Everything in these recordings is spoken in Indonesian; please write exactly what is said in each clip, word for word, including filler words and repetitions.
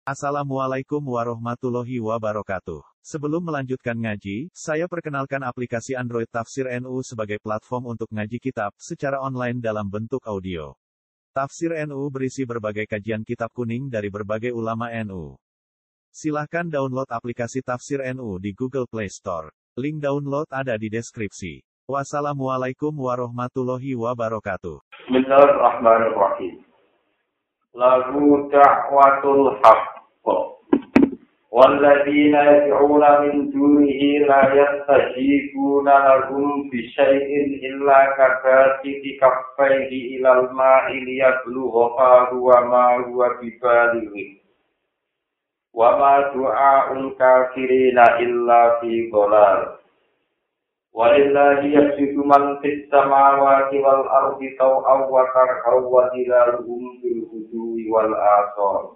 Assalamualaikum warahmatullahi wabarakatuh. Sebelum melanjutkan ngaji, saya perkenalkan aplikasi Android Tafsir N U sebagai platform untuk ngaji kitab secara online dalam bentuk audio. Tafsir N U berisi berbagai kajian kitab kuning dari berbagai ulama N U. Silahkan download aplikasi Tafsir N U di Google Play Store. Link download ada di deskripsi. Wassalamualaikum warahmatullahi wabarakatuh. Bismillahirrahmanirrahim. Lahu da'watul haqq. Walladzina yad'una min dunihi la yastajibuna lahum bi syai'in illa kabasiti kaffaihi ilal ma'i liyablugha wa ma huwa bibalighi. Wa ma du'a'ul kafirina illa fi dhalal. Walillahi yasjudu man fis samawati wal ardi taw'aw wa karhaw wa dhilaluhum bil hudwi wal asal.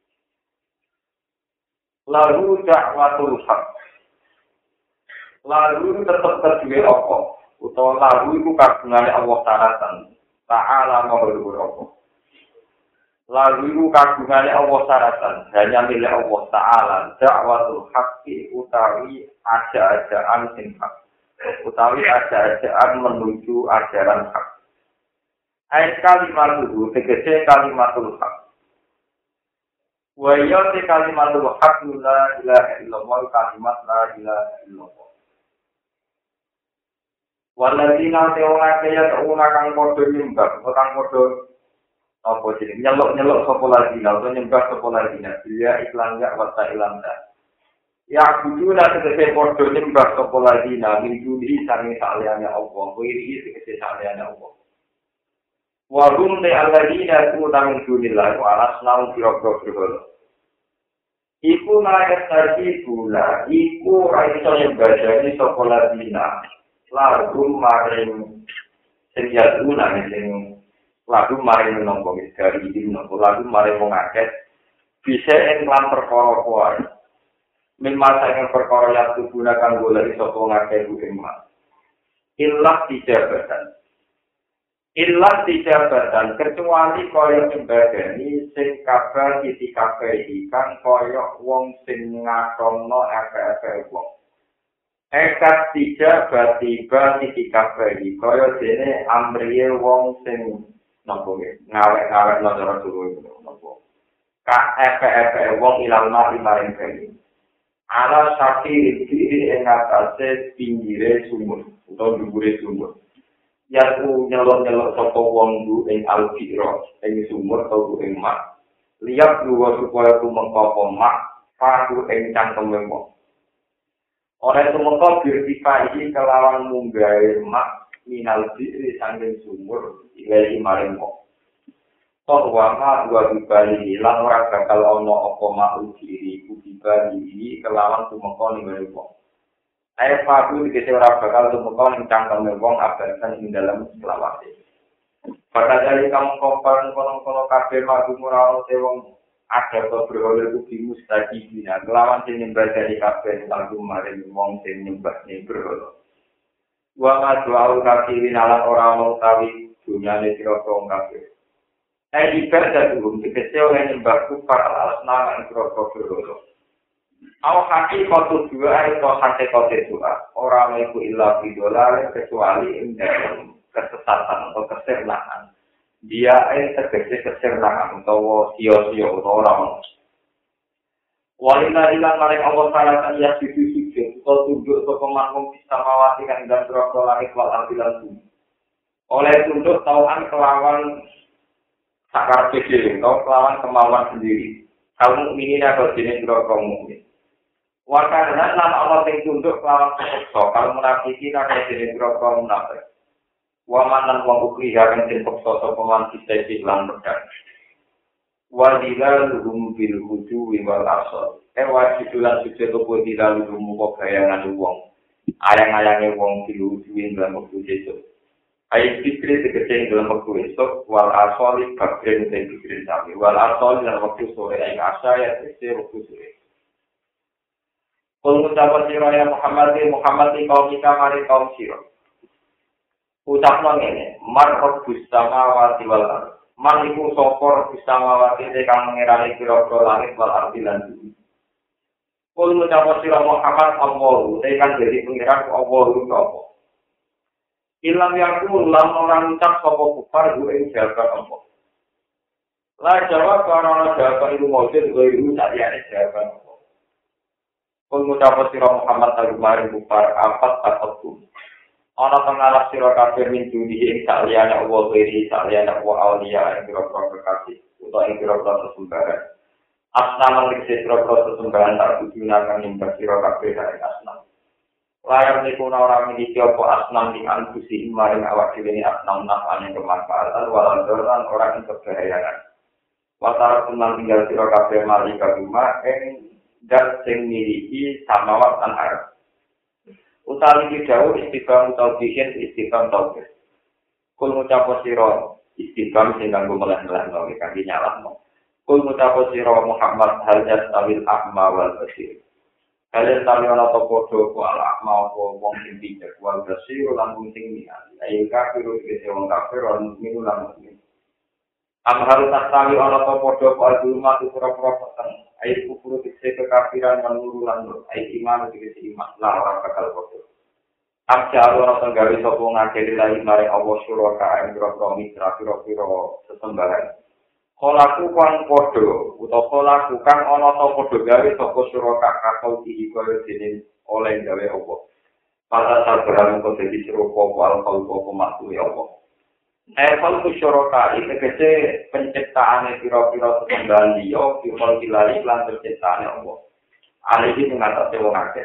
Lalu da'watul haq. Lalu tetap kedua apa? Utawa lalu itu kagungane Allah Ta'ala. Ta'ala maha luhur apa? Lalu itu kagungane Allah Ta'ala. Hanya milik Allah Ta'ala. Da'watul haqqi utawi aja-ajaan sing hak. Utawi aja-ajaan menuju ajaran hak. Ayat kalimat itu, tegese kalimatul hak. Wa yati kalimatul hak la ilaha illallah, kalimat la ilaha illallah. Walladzina ta'una kaya ta'una kang padha nyembah, kang padha apa jenenge nyeluk-nyeluk sapa ladina, utawa nyembah sapa ladina, dia iklan ya wa ta'ilanda. Ya buduna tegese padha nyembah sapa ladina min duni sange saliyane Allah, wiri tegese saliyane Allah. Wa hum ta alladina tu'tang dunillah wa alasnau biro-biro. Iku naik tadi gula, iku raiso nyembadani sapa ladina. Lagu maring sing yaduna sing lagu maring nompo dari iki nompo lagu maring wong akeh bisa ing lan perkara kuwi. Mimasa yang perkara yang digunakan boleh sapa ngakeh emas. Illah dijabatan. Illah dijabatan kecuali kaya nyembadani sing kabar sisi kabeh ikan kaya wong sing ngatonno efe-efe wong. Ekat dijabat tiba sisi kabeh kaya dene amriye wong sing napa ngawek-ngawek cara suruh napa. Ka efe-efe wong ilang mari maring kene. Ala sakit diri yang atasnya pinggirnya sumur atau dubure sumur. Yang nyelok-nyelok sopo wong du ing al-firo ing sumur atau du ing mak. Lihat dua supaya tu mengkopo mak padu ing cangkem wong. Oleh tu mengkop birtika ini kelawan munggai mak minal diri sangking sumur ilai maring wong. Toh wama dua dibali hilang ora bakal ono apa mau diri ku dibali kelawan tumeka ning wong. Ayo paku dikete ora bakal tumeka ning cangkem wong abasan ing dalam selawase. Pada dari kamu kompon kono-kono kabeh madu ora ono wong ada to berhole ku mustajibina kelawan sing nyembah dari kabeh langsung maring wong sing nyembah ning berhole. Wa ma doa kafirin ala ora ono tawi dunyane sira wong kabeh. Ai ibadah dulu, dikece oleh nyembah kufar al-asnam yang berokok-berokok. Au hakikatu dua itu hakikatu dua. Orang itu ilah bidolar kecuali dalam kesesatan atau keserlahan. Dia itu terkece keserlahan atau sio-sio atau orang. Walina ilan maring Allah Ta'ala kan ya sujud-sujud. Atau tunduk atau pemangkum bisa mawatikan dan berokok langit wal artilan bumi. Oleh tunduk tauan kelawan sakar pikir, atau kelawan kemauan sendiri. Kalau mukminin atau jenis berokok mukmin. Wakana lan Allah sing tunduk kelawan peksa, kalau munafikin atau jenis berokok munafik. Wamanan wong ukri akan jenis peksa atau peman kita hilang pedang. Wadilal hum bil hudu wal asal. Eh wajidulan sujud atau dilal hum kok bayangan wong. Ayang-ayangnya wong bil hudu dalam waktu jesuk. Ayat fikri tegese dalam waktu esok wal asoli bakren dan fikri sami wal asoli dalam waktu sore ayat asa ya tegese waktu sore. Kalau ucapan sirah ya Muhammad Muhammad di kaum kita mari kaum sirah. Ucapno ngene, mar rabbus samawati wal ardh. Man iku sopor bisa mawati kang mengirani pira-pira langit wal ardi lan bumi. Kul ngucap sira Muhammad Allahu te kan dadi pengiran Allahu apa. Ilam yakul lan orang ucap sapa kufar ku ing jawaban apa. La jawab karena jawaban iku mujud iku sakjane jawaban apa. Kul ngucap sira Muhammad al-Mari kufar apat ataku. Ana pengarap sira kabeh min dunia ing saliyane Allah dhewe saliyane Allah auliya ing pira-pira kekasih utawa ing pira-pira sesembahan. Asnam ing pira-pira sesembahan tak digunakan ing sira kabeh dari asnam. Layar niku ora miliki apa asnam ing anfusi maring awak dhewe ni asnam nafane kemanfaatan walau doran ora ing kebahayan. Watara tenan tinggal sira kabeh mali kaguma ing dat sing miliki samawat lan arep. Utawi didhawuh istifham taubihin istifham taubih. Kul ngucap sira istifham sing kanggo melah-melahno kangge nyalahno. Kul ngucap sira Muhammad hal yastawil a'ma wal basir. Kalian tahu ana apa padha ku al-a'ma apa wong sing bijak wal basir lan wong sing niat. Ayo kafir iki wong kafir lan mukmin lan mukmin. Am harus tahu ana apa padha ku al-zulma pura-pura peteng. Ayo kufur dikse kekafiran menuru lan nur. Ayo iman dikse iman lah ora bakal padha. Abja ora tenggawe sapa ngakeli lagi mare Allah suraka ing pira-pira mitra pira-pira sesembahan. Kolaku kang padha utawa kolaku kang ana ta padha gawe sapa suraka kakau iki kaya dene oleh gawe apa. Pada sabaran kok dadi surupa wal qalbu makhluk apa. Eval suraka iki kece penciptaane pira-pira sesembahan liya firman kilali lan penciptaane apa. Ale iki ngatasi wong akeh.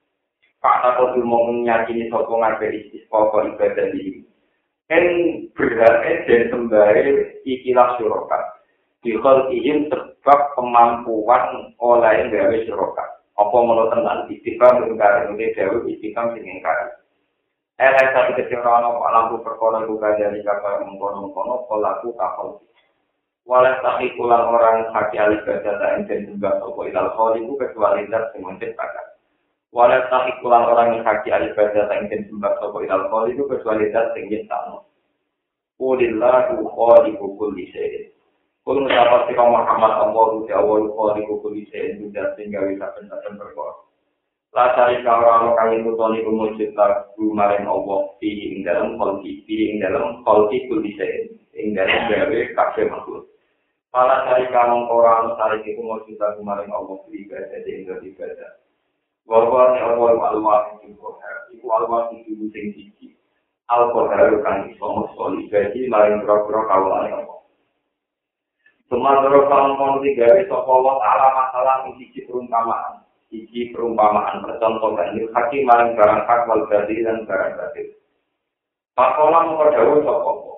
Pak aku mau meyakini sopong agar istiqomah ibadah ini. En berarti dan sembari ikilah surokat. Dikol izin sebab kemampuan oleh gawe surokat. Apa menurut tenan istiqomah mengkari ini jauh istiqomah singkari. Elai satu kecerahan apa lampu perkara buka dari kapal mengkono-kono pelaku kapal. Walau tak ikulan orang haki alibadah dan juga sopo ilal kholi itu kecuali zat yang menciptakan. Walau tak ikulan orang yang haki alibadah tak ingin sembah sopo ilal kholi itu kecuali zat yang nyiptakno. Qulillahu khaliqu kulli syai'in. Kul ngucap sira Muhammad Allahu ta'ala khaliqu kulli syai'in zat sing gawe saben-saben perkara. La syarika ora ana kang nutoni kumujud lagu maring Allah fi ing dalem kholqi fi ing dalem kholqi kulli syai'in ing dalem gawe kabeh makhluk. Pala syarika mongko ora ana syarika kumujud lagu maring Allah fi ibadah ing ibadah. Bahwa ni awal alwah itu kohar, itu alwah itu sing siji. Al-kohar kan iso mesti gaji lain pro-pro kawalan apa. Semua terus kalau tiga itu Allah Taala masalah siji perumpamaan, siji perumpamaan percontohan ini hakim maring barang hak wal batil dan barang batil. Pakola mengkodawuh sapa apa.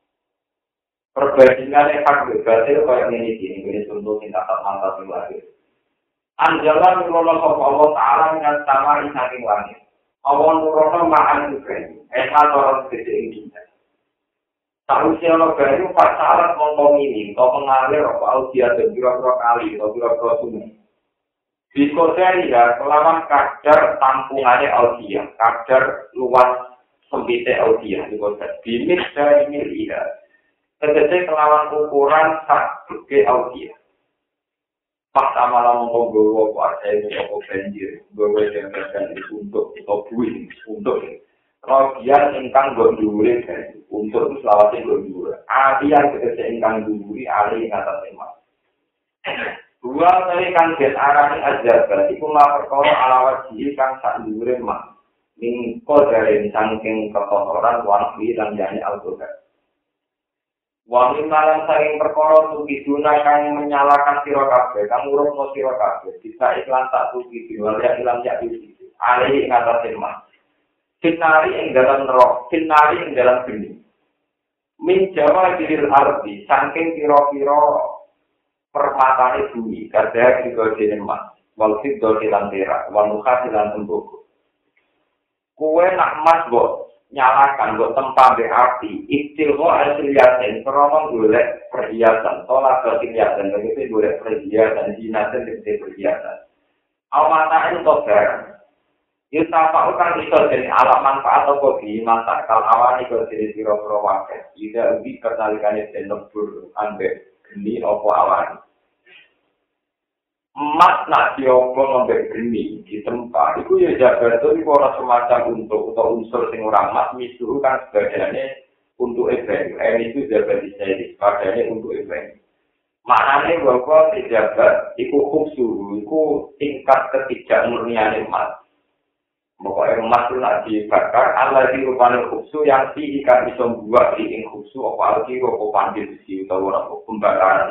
Perbandingan hak wal batil kaya ngene iki, ngene contoh sing tak mantap sing lahir. Anjalan nurono sapa Allah Ta'ala dengan sama saking langit. Allah nurono ma'an juga. Esa orang gede ini. Tahu siapa baru pasaran ngomong ini. Kau mengalir apa audia dan pura-pura kali atau pura-pura sungai. Diskoseri ya, kelawan kadar tampungannya audia. Kadar luas sempitnya audia. Bimit dari miliar. Tegese kelawan ukuran sak gede audia. Pas amalan menggowo apa ini apa banjir, gowo yang terjadi untuk atau buih untuk rogian ingkang gondure untuk selawase gondure. Adian tegese ingkang gondure ali kata tema. Dua kali kan den arani ajar berarti kula perkara alawat iki kang sak dhuwure mah. Ning kodare saking kekotoran wangi lan jane al-Qur'an. Wangi malam saking perkara tuki guna kang menyalakan sira kabeh, kang urupno sira kabeh. Bisa iklan tak tuki diwalia ilang yak iki. Ali ngatasi mah. Finari ing dalam neraka, finari ing dalam geni. Min jawa diril ardi, saking pira-pira permatane bumi, kadang juga dene mas. Wal fiddo lan perak, wal nukhas lan tembaga. Kuwe nak mas mbok nyalakan buat tempat di api, istilho asliyatin, krono golek perhiasan, tolak perhiasan, begitu golek perhiasan, jinasen begitu perhiasan. Awmatain tober, Yo tapak kan iso jadi alat manfaat apa di masa kal awan iso jadi pira-pira wae. Ida ugi kertalikane den lembur ambek geni apa awan. Emas nak diobong ambek geni di tempat iku ya jaga itu iku ora semacam untuk atau unsur sing ora emas misuh kan sebagainya untuk event. Eh itu jaga di sini padane untuk event. Maknane bahwa pejabat iku khubsu iku tingkat ketidakmurnian emas. Pokoknya emas itu nak dibakar, Allah di rupanya khubsu yang si ikan bisa buat di ing khubsu, apa lagi, apa pandil besi, atau apa pembakaran.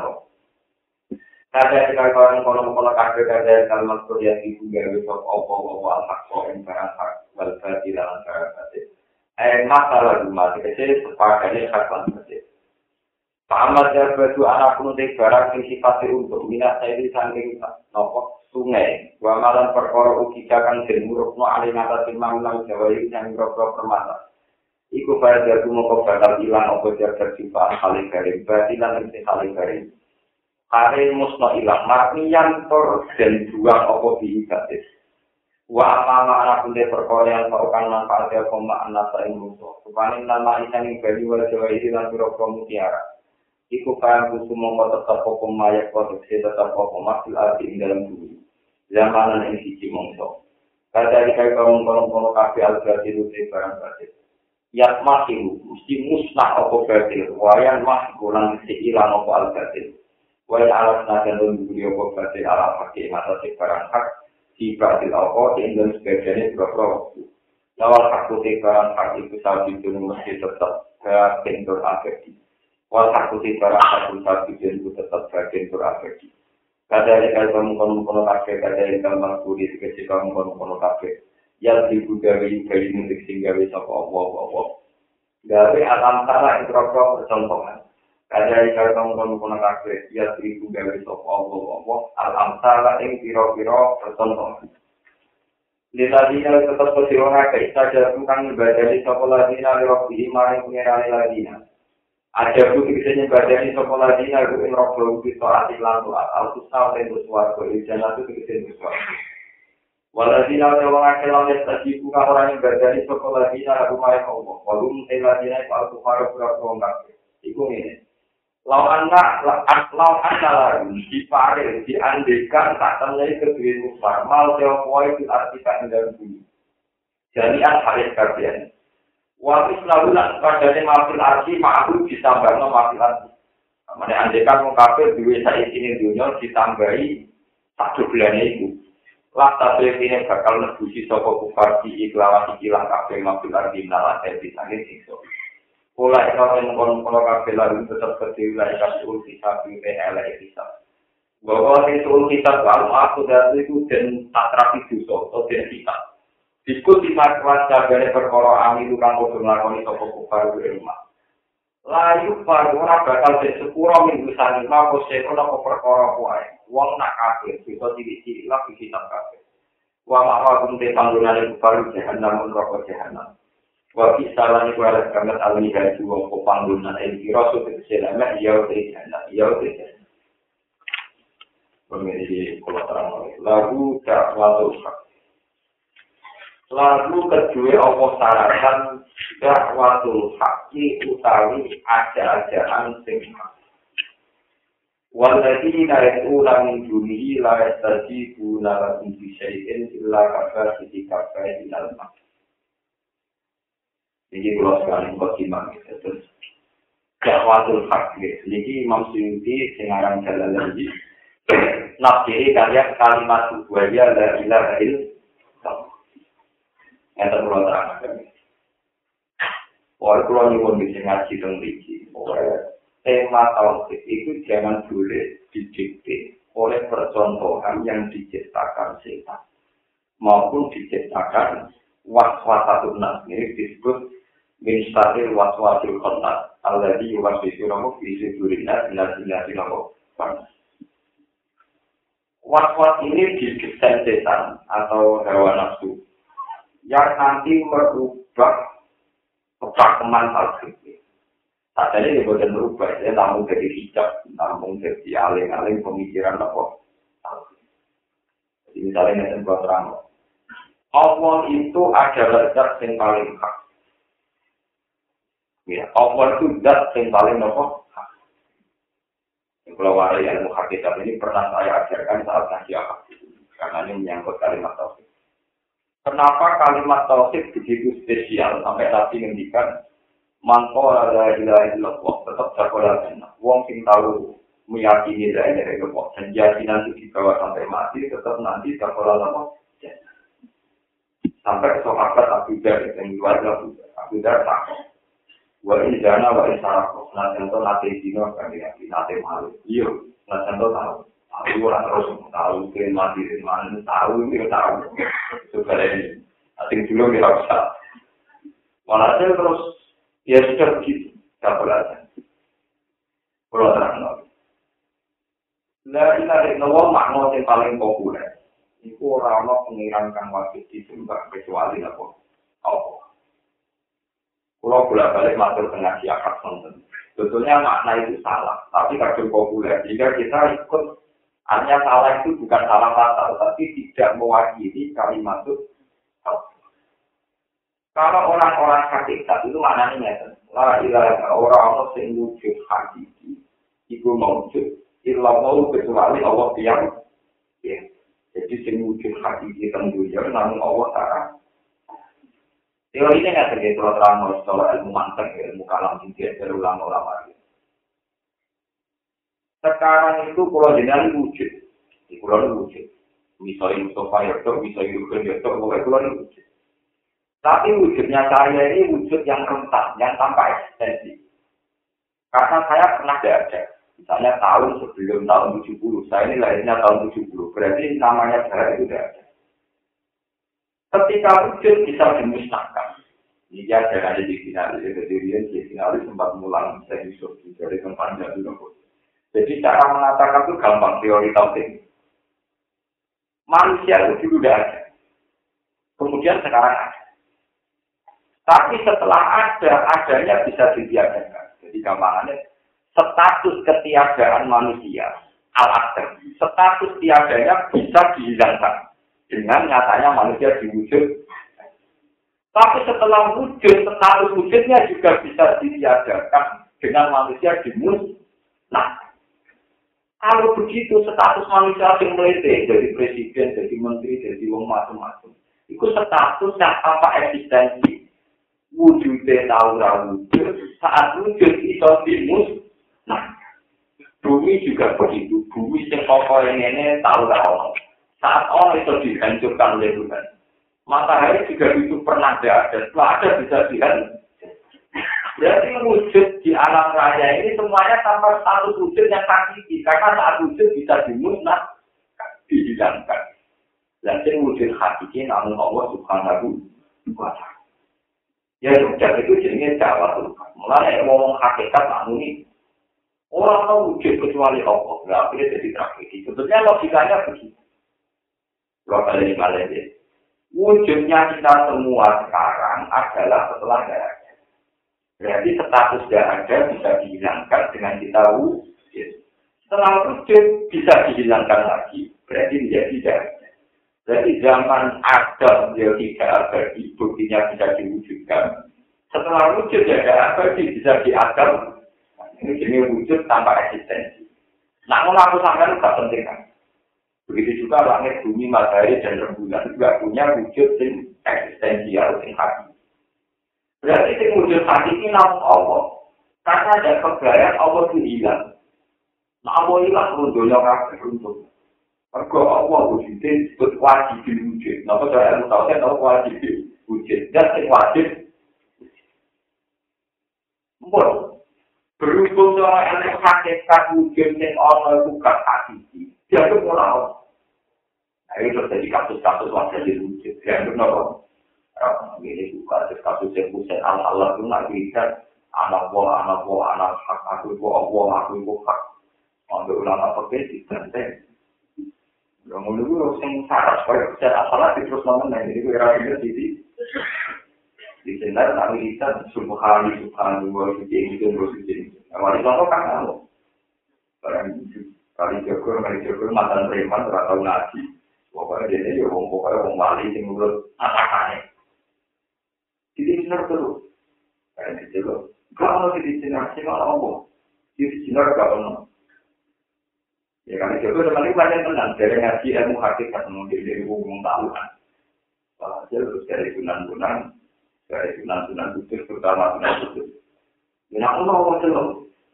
Kada jika kawan kolom-kolom kafe kada kalimat Korea itu gawe sok apa-apa al-haqqa yang barang-hak, wal-bati dalam barang-bati. Eh, masalah rumah, kecil sepakatnya khaslan kecil. Pak Ahmad Jarbatu anak penuntut barang yang sifatnya untuk minat saya di samping nopo sungai. Dua malam perkara ugi kang den murukno ali ngatasin manglang Jawa iki sing grogro permata. Iku bae jago moko bakal ilang apa jaga sifat saling garing batilan sing saling garing. Kare musno ilang marniyan tor den buang apa diibatis. Wa amama anak penuntut perkara yang kang manfaat apa makna ing musuh. Rupane nama isane bali wa Jawa iki lan grogro mutiara. Iku kaya kusumo tetap apa mayak produksi tetap apa masil arti ing dalam bumi. Zamanan yang siji mongso. Kada dikai kaum kolom-kolom kafe al-berarti luti barang berarti. Yat masih mesti musnah apa berarti. Wayan masih kurang mesti ilang apa al-berarti. Wayan alas nagan dan buli apa berarti ala pakai mata si barang hak. Si berarti apa tinggal sebagiannya berapa waktu. Lawal hak putih barang hak itu saat itu mesti tetap kaya tinggal abadi. Wal hakuti barang satu satu jendu tetap bagian berabadi. Kada ada kamu kono kono kafe, kada ada kamu kuri sekecil kamu kono kono kafe. Yang ibu dari dari mudik sehingga bisa apa apa apa. Dari alam tanah itu rokok percontohan. Kada ada kamu kono kono kafe, yang ibu dari apa apa apa. Alam tanah yang piro-piro percontohan. Di ladina tetap bersiroha kaisaja bukan ibadah di sekolah dina robi imari pengerali ladina. Ada bukti kisahnya badani sekolah dina itu yang robbol itu ati lantu asal susah dan bersuara ijazah itu kisahnya bersuara. Waladina orang akhirnya tadi bukan orang yang badani sekolah dina rumah yang Allah. Walum seladina itu al kufar berapa Iku ini. Lau anak, lau anak lagi dipakai, diandekan tak terjadi kedua kufar. Mal teopoi itu artikan dalam bumi. Jadi al-haris kajian. Wabis lalulah padanya mafil arsi ma'ahu ditambahnya mafil arsi. Mana andekan wong kafir duwe saiki ini dunia ditambahi satu bulannya itu. Lah satu ini bakal nebusi saka kufar di iklawan ikilah kafir mafil arsi nalar ebi sangin sikso. Pola ikhlas yang mengkonon kafir lalu tetap berdiri kasih ulti sabi penela episah. Bahwa itu kita kalau aku dari itu dan tak rapi dosa atau dan kita. Diskusi masalah jagane perkara ami itu kang kudu nglakoni sapa kufar di rumah. Layu ora bakal dadi sepuro minggu sani mako sekono apa perkara wae. Wong nak kafir bisa cilik-cilik lah iki tak kafir. Wa ma'a kum te panggonane kufar jahanam neraka jahanam. Wa kisalan iku ala kamet alwi haju wong panggonan iki rasa keselama ya te jahanam ya te jahanam. Pemilih kula terang lagu dakwatul haq. Lalu kedua apa syaratan dakwatul haqqi utawi aja-ajaan sing hak. Walladina yad'una min dunihi la yastajibuna lahum bi syai'in illa kafasiti kafai ilal mak. Jadi kalau sekali bagaimana terus dakwatul haqqi. Jadi Imam Suyuti sengarang jalan lagi. Nafsiri karya kalimat buaya la ilaha illallah. Yang terlalu terang. Orang pulau nyuwun bisa ngaji dong biji. Tema tauhid itu jangan boleh didikte oleh percontohan yang diciptakan setan maupun diciptakan waswasatul nas. Ini disebut ministatil waswasil kontak. Alladhi yuwaswisu lahu fi sudurina binasi lahu panas. Was-was ini didesain setan atau hawa nafsu yang nanti merubah kepakeman tauhid. Tadi ini bukan merubah, ya, namun jadi hijab, namun jadi aling-aling pemikiran apa. Jadi misalnya yang saya terang, Allah itu adalah zat yang paling hak. Ya, Allah itu zat yang paling nopo hak. Kalau warai ilmu hakikat ini pernah saya ajarkan saat ngaji akad. Karena ini menyangkut kalimat tauhid. Kenapa kalimat tauhid begitu spesial sampai Nabi ngendikan man qala la ilaha illallah tetap sakola jannah. Wong sing tahu meyakini la ilaha illallah dan keyakinan itu dibawa sampai mati tetap nanti sakola lama jannah. Sampai sahabat Abu Dar yang luar Abu Dar, Abu Dar takut. Wa in jana wa in sarako nanti itu nanti dino kan ya nanti malu. Iya, nanti itu tahu. Tahu orang terus tahu ke mati di mana tahu dia tahu. Sudah ini. Asing dulu dia bisa. Walhasil terus ya sudah begitu. Tak belajar. Kalau terang La ilaha illallah makna yang paling populer. Iku orang-orang pengiran kang wajib disembah kecuali apa? Allah. Kalau bolak-balik matur tengah siakat nonton. Sebetulnya makna itu salah, tapi kadang populer. Jika kita ikut hanya salah itu bukan salah kata, tapi tidak mewakili kalimat itu. Kalau orang-orang hakikat itu maknanya la ilaha orang sing wujud hakiki, iku mawujud illallah kecuali Allah yang ya. Jadi sing wujud hakiki tentunya namun Allah Ta'ala. Teori ini nggak terjadi kalau terang soal ilmu mantek, ilmu kalam tinggi dari ulama-ulama. Sekarang itu kalau jenengan wujud, di pulau wujud. Misalnya Mustafa Yudho, misalnya Yudho Yudho, pokoknya pulau wujud. Tapi wujudnya saya ini wujud yang rentan, yang tanpa eksistensi. Karena saya pernah ada. Misalnya tahun sebelum tahun tujuh puluh, saya ini lahirnya tahun tujuh puluh, berarti namanya saya itu tidak ada. Ketika wujud bisa dimusnahkan. Ini dia jangan ada dikinalis, kedirian dikinalis sempat mulang saya Yusuf dari panjang dulu. Jadi cara mengatakan itu gampang teori tauhid. Manusia itu dulu tidak ada. Kemudian sekarang ada. Tapi setelah ada, adanya bisa ditiadakan. Jadi gampangannya status ketiadaan manusia al-akhir. Status tiadanya bisa dihilangkan. Dengan nyatanya manusia diwujud. Tapi setelah wujud, status wujudnya juga bisa ditiadakan dengan manusia dimusnahkan. Kalau begitu status manusia yang melete, dari presiden, dari menteri, dari wong macam-macam. Itu status yang tanpa eksistensi. Wujudnya tahu wujud, saat wujud itu dimusnahkan. Bumi juga begitu. Bumi yang kokoh yang ini tahu tahu. Saat orang itu dihancurkan oleh Tuhan. Matahari juga itu pernah ada. Setelah ada bisa dihancurkan. Berarti wujud di alam raya ini semuanya tanpa status wujud yang hakiki. Karena saat wujud bisa dimusnahkan, dihilangkan. Dan wujud hakiki namun Allah Subhanahu wa Ta'ala. Ya sudah itu jenisnya Jawa Tuhan. Mulai ngomong hakikat namun ini orang tahu wujud kecuali Allah. Berarti jadi tragedi. Sebetulnya logikanya begitu. Dua kali lima lagi. Wujudnya kita semua sekarang adalah setelah tidak ada. Berarti status tidak ada bisa dihilangkan dengan kita wujud. Setelah wujud bisa dihilangkan lagi. Berarti menjadi tidak ada. Berarti zaman ada dia tidak abadi, buktinya bisa diwujudkan. Setelah wujud tidak abadi bisa diadam. Ini jenis wujud tanpa eksistensi. Namun aku sampai itu tak penting kan. Begitu juga langit, bumi, matahari, dan rembulan juga punya wujud yang eksistensial, yang hakiki. Berarti yang wujud hakiki namun Allah. Karena ada kebayaan Allah itu hilang. Nah Allah hilang runtuhnya kabeh runtuh. Mergo Allah wujudnya disebut wajib wujud. Napa saya ilmu tauhid tahu wajib wujud. Dan yang wajib Mbok berhubung sama ilmu hakikat wujud yang Allah itu gak hakiki. Dia itu mulai. Nah, itu terjadi kasus-kasus wajah di wujud. Dia itu nolong. Ini bukan kasus yang pusat. Allah itu nggak bisa. Anak buah, anak buah, anak hak. Aku itu Allah, aku itu hak. Untuk ulama pakai diganti. Yang dulu yang sarap. Supaya bisa asalah terus mengenai. Ini gue rasa di di sini ada kita subhani subhani wa suci itu wa suci. Awalnya contoh kan kamu. Barang kali jagur, kali jagur, mantan preman, atau ngaji. Pokoknya pokoknya dia ya wong pokoknya wong wali sing nurut atakane. Jadi sinar terus. Kayak gitu loh. Kalau di sinar sinar apa? Di sinar gak ono. Ya kan itu teman-teman banyak tenang dari ngaji ilmu hakikat mungkin dari hukum tahuan. Wah, terus dari sunan-sunan, dari sunan-sunan khusus terutama sunan khusus. Ya Allah Allah celok.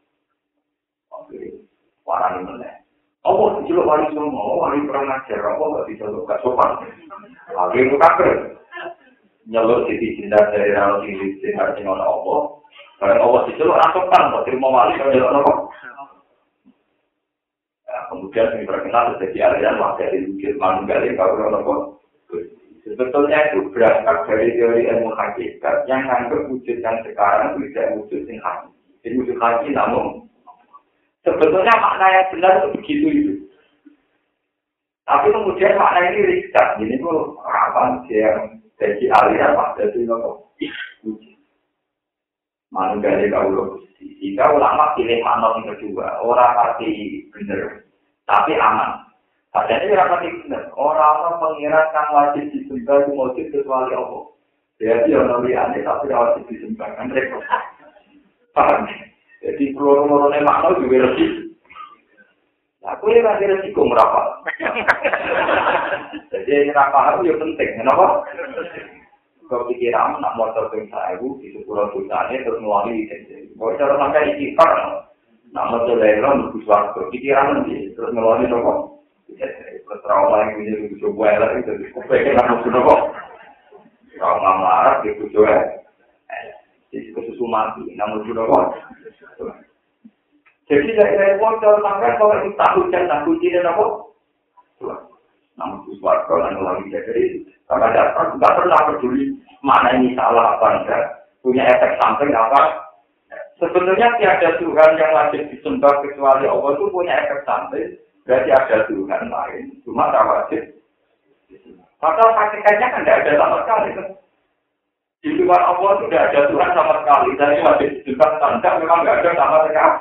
Oke, warani mana? Allah celok wali semua, wali perang ajar, Allah nggak bisa gak sopan. Lagi itu kafir. Nyelok di cinta dari rawat ini, cinta dengan Allah. Karena Allah celok asokan, kok terima wali kalau celok apa? Kemudian yang terkenal jadi aliran dari wujud manunggal kalau nopo. Sebetulnya itu berangkat dari teori ilmu hakikat yang menganggap wujud yang sekarang itu tidak wujud yang hakiki. Jadi wujud hakiki namun sebetulnya makna yang benar itu begitu itu. Tapi kemudian makna ini riset. Ini tuh apa yang jadi aliran dari nopo wujud manunggal kalau jika ulama pilih makna yang kedua orang pasti benar. Tapi aman. Padahal ini rapat benar. Orang-orang pengirat kan wajib disembah itu wajib kecuali Allah. Jadi orang liane tapi wajib disembah kan repot. Paham? Jadi peluru-peluru makna juga resiko. Aku ini kasih resiko merapat. Jadi rapah itu penting. Kenapa? Kau pikiran nak motor bengsa ibu di sepuluh jutanya terus melalui di Kau cara sampai di kipar. Nama selera lebih suatu pikiran nanti terus melalui nopo. Trauma yang punya lucu buaya lagi jadi kupingnya langsung nopo. Trauma marah di lucu ya. Jadi kesusu mati namun lucu nopo. Jadi dari bocor sampai kalau itu tak hujan tak hujan nopo. Namun suatu dan lagi jadi karena dasar tidak pernah peduli mana ini salah apa enggak punya efek samping apa. Sebetulnya tiada Tuhan yang wajib disembah kecuali Allah itu punya efek samping. Berarti ada Tuhan lain. Cuma tak wajib. Padahal hakikatnya kan tidak ada sama sekali. Di luar Allah tidak ada Tuhan sama sekali. Jadi wajib disembah tanda memang tidak ada sama sekali.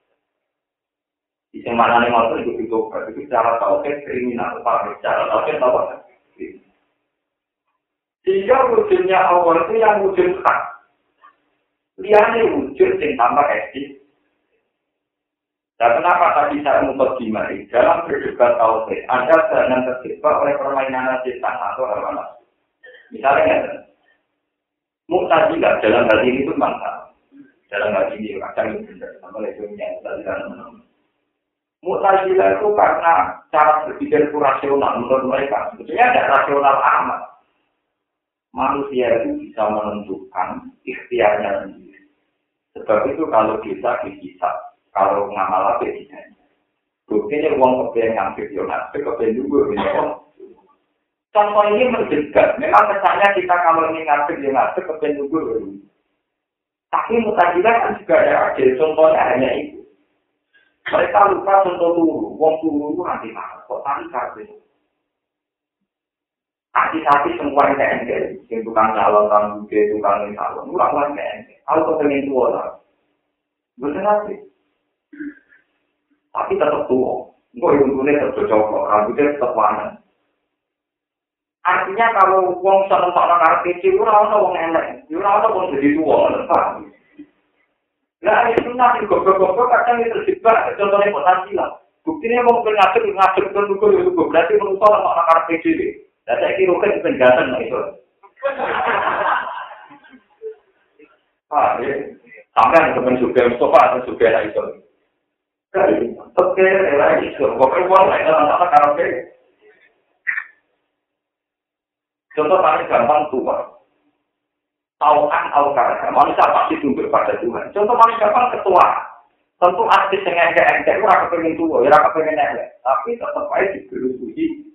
Di mana yang mau itu itu itu cara tauhid kriminal. Cara tauhid apa? Sehingga wujudnya Allah itu yang wujud hak. Lihatnya wujud yang tambah eksis. Dan kenapa tadi saya memperdimai dalam berdebat tauhid, Anda jangan terjebak oleh permainan setan atau hawa nafsu. Misalnya, Mu'tazilah dalam hal ini itu mantap. Dalam hal ini kadang itu benar, sama levelnya Mu'tazilah. Mu'tazilah itu karena cara berpikir itu rasional menurut mereka. Sebetulnya ada rasional amat. Manusia itu bisa menentukan ikhtiarnya sendiri. Sebab itu kalau bisa dihisap, kalau ngamal apa tidak. Buktinya uang kepengen ngambil yonat, kepengen juga gitu. Contoh ini mendekat. Memang kesannya kita kalau ingin ngambil yonat, kepengen juga gitu. Tapi Mu'tazilah kan juga ada adil. Contohnya hanya itu. Mereka lupa contoh turu. Uang turu itu nanti mahal. Kok tadi kabel? Hati-hati semua yang enggak, yang tukang calon, tukang buke, tukang calon, ulang-ulang enggak. Kalau kepengen tua lah, bener nanti. Tapi tetap tua. Enggak yang untungnya tetap cocok, rambutnya tetap warna. Artinya kalau uang seneng tak nak arti kecil, orang-orang uang enak, orang-orang uang jadi tua, lepas. Nah itu nanti goblok-goblok kadang itu terjebak, contohnya potensi lah. Buktinya mau ngasih ngasih kan juga itu berarti menurut tak nak arti kecil. Dan saya kira kan penjelasan lah itu. Ah, ya. Sampai ada teman juga Mustafa atau juga lah itu. Oke, lah itu. Pokoknya uang lah itu anak-anak karaoke. Contoh paling gampang tua. Tauan al-karya. Manusia pasti tunduk pada Tuhan. Contoh paling gampang ketua. Tentu artis yang enggak-enggak itu raka pengen tua, ya raka pengen elek. Tapi tetap aja diberusuhi.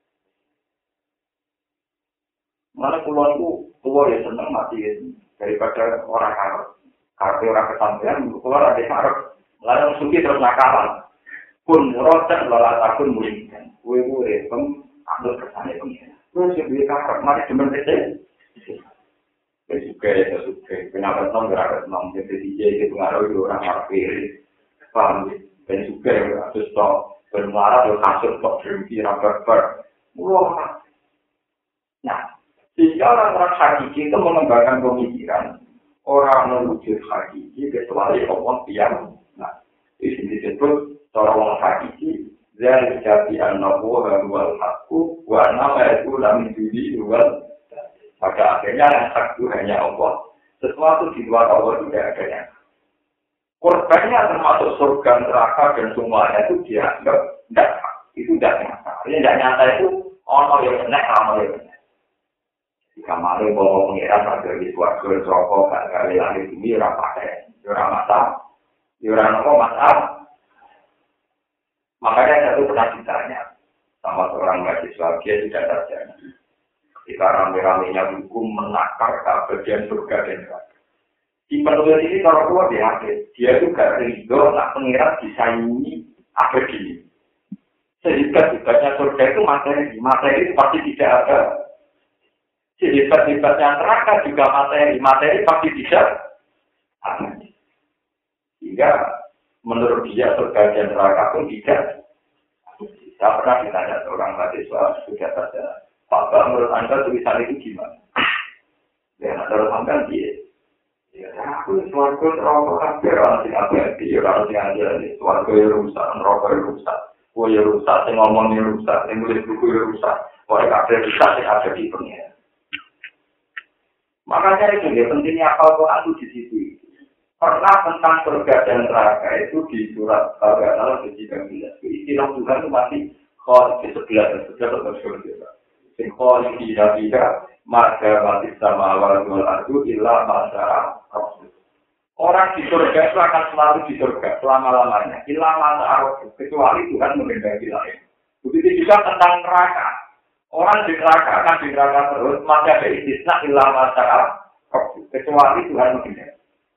Mana pulau itu tua ya seneng mati daripada orang Arab. Karena orang kesampean keluar ada Arab. Lalu suki terus nakalan. Pun rosak lalat akun mulingkan. Kue kue pem ambil kesannya pengen. Terus yang beli Arab mari cuma kecil. Kesuka ya kesuka. Kenapa non gerak non jadi D J itu ngaruh itu orang Arab kiri. Paham? Kesuka ya terus toh bermarah terus kasut toh berhenti rapat. Wah. Nah, sehingga orang-orang hakiki itu mengembangkan pemikiran orang mewujud hakiki kecuali Allah yang nah, di sini disebut orang hakiki dari jadi an-nabu wal hakku wa nama itu lam yudi wal pada akhirnya yang hak itu hanya Allah. Sesuatu di luar Allah tidak ada yang korbannya termasuk surga, neraka dan semuanya itu dianggap tidak, itu tidak nyata. Ini tidak nyata itu ono yang benar, ono yang benar. Jika malu bawa pengiran ada di suatu rokok, gak kali langit bumi orang pakai, orang mata, orang apa masalah. Makanya satu pernah ditanya sama seorang mahasiswa, dia tidak terjadi. Ketika rame-ramenya hukum menakar keabadian surga dan neraka. Di penulis ini kalau tua dia dia juga ridho nak pengirat disaingi abadi. Sehebat-hebatnya surga itu materi, materi itu pasti tidak ada. Sehebat-hebatnya neraka juga materi, materi pasti tidak ada. Sehingga menurut dia surga dan neraka pun tidak. Saya pernah ditanya seorang mahasiswa sudah saja, Pak, menurut Anda tulisan itu gimana? Ya, menurut Anda dia. Ya, aku suarga neraka kabeh ora sing abadi, ora sing anjir, suarga ya rusak, neraka ya rusak. Kowe ya rusak, sing ngomong ya rusak, sing nulis buku ya rusak. Kowe kabeh rusak sing abadi pengen. Makanya itu ya pentingnya akal Quran itu di situ. Pernah tentang surga dan neraka itu di surat Al-Baqarah ayat tiga belas. Istilah Tuhan itu masih khol di sebelah dan sebelah atau surga. Sing khol di dalam maka mati sama awal dua ardu ilah masyarakat. Orang di surga itu akan selalu di surga selama-lamanya. Ilah masyarakat kecuali Tuhan menghendaki lain. Begitu juga tentang neraka. Orang di neraka akan di neraka terus. Maka ada istisna ilah masyarakat kecuali Tuhan menghendaki.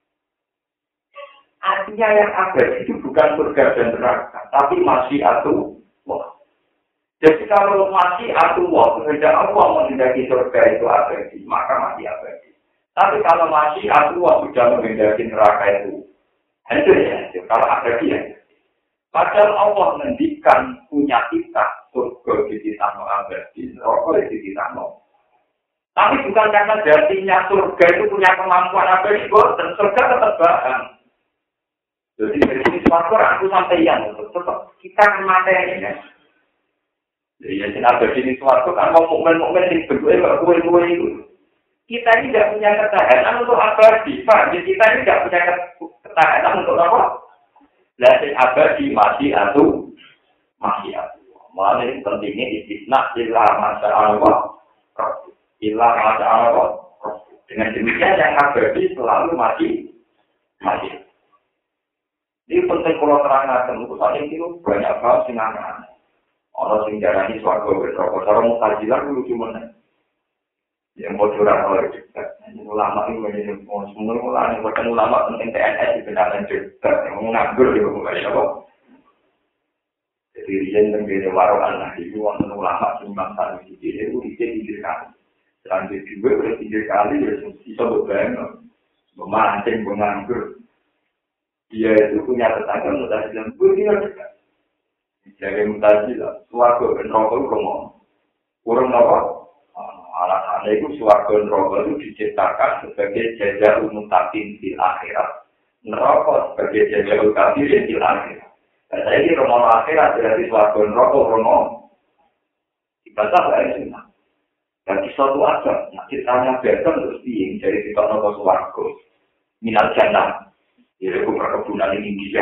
Artinya yang ada itu bukan surga dan neraka, tapi masih atu wah. Jadi kalau masih atu wah, kehendak Allah menghendaki surga itu abadi, maka masih abadi. Tapi kalau masih atu wah sudah menghendaki neraka itu, itu ya, kalau abadi ya. Padahal Allah mendikan punya kita surga di tanah abadi, neraka di tanah. Tapi bukan karena jadinya surga itu punya kemampuan abadi, dan surga tetap bahan. Jadi dari sini suatu aku sampai yang tetap kita kan materi ya. Jadi yang ada di sini suatu kan mau momen-momen yang berdua kue-kue itu. Kita ini tidak punya ketahanan untuk abadi, Pak. Jadi kita ini tidak punya ketahanan untuk apa? Lasih abadi masih atau masih atau. Malah ini pentingnya istisna ilah masa Allah, ilah masa Allah. Dengan demikian yang abadi selalu masih masih. Ini penting kalau terangkan, untuk saat ini banyak hal yang aneh-aneh. Orang yang jarang di suarga berapa, orang mutajilan dulu cuma yang mau curang oleh juga. Ulama ini menjadi semua ulama, yang bukan ulama penting T N S di benaran juga, yang menganggur juga bukan apa. Jadi rian dan beda warokan lah, itu orang ulama seimbang satu sisi, itu bisa tidur Selanjutnya juga boleh tidur kali, ya bisa berbang, memancing, menganggur. Dia itu punya tetangga mutajilan, gue tinggal dekat. Jadi mutajilan, suarga dan rokok itu ngomong. Kurang apa? Alasannya itu suarga dan rokok itu diciptakan sebagai jajah mutakin di akhirat. Neraka sebagai jajah mutakin di akhirat. Dan saya ini romo akhirat, berarti suarga dan rokok romo. Dibaca dari sini. Dan di suatu aja, nah ceritanya beton terus diing, jadi kita nonton suarga. Minal jannah. Ya, aku perkebunan ini India.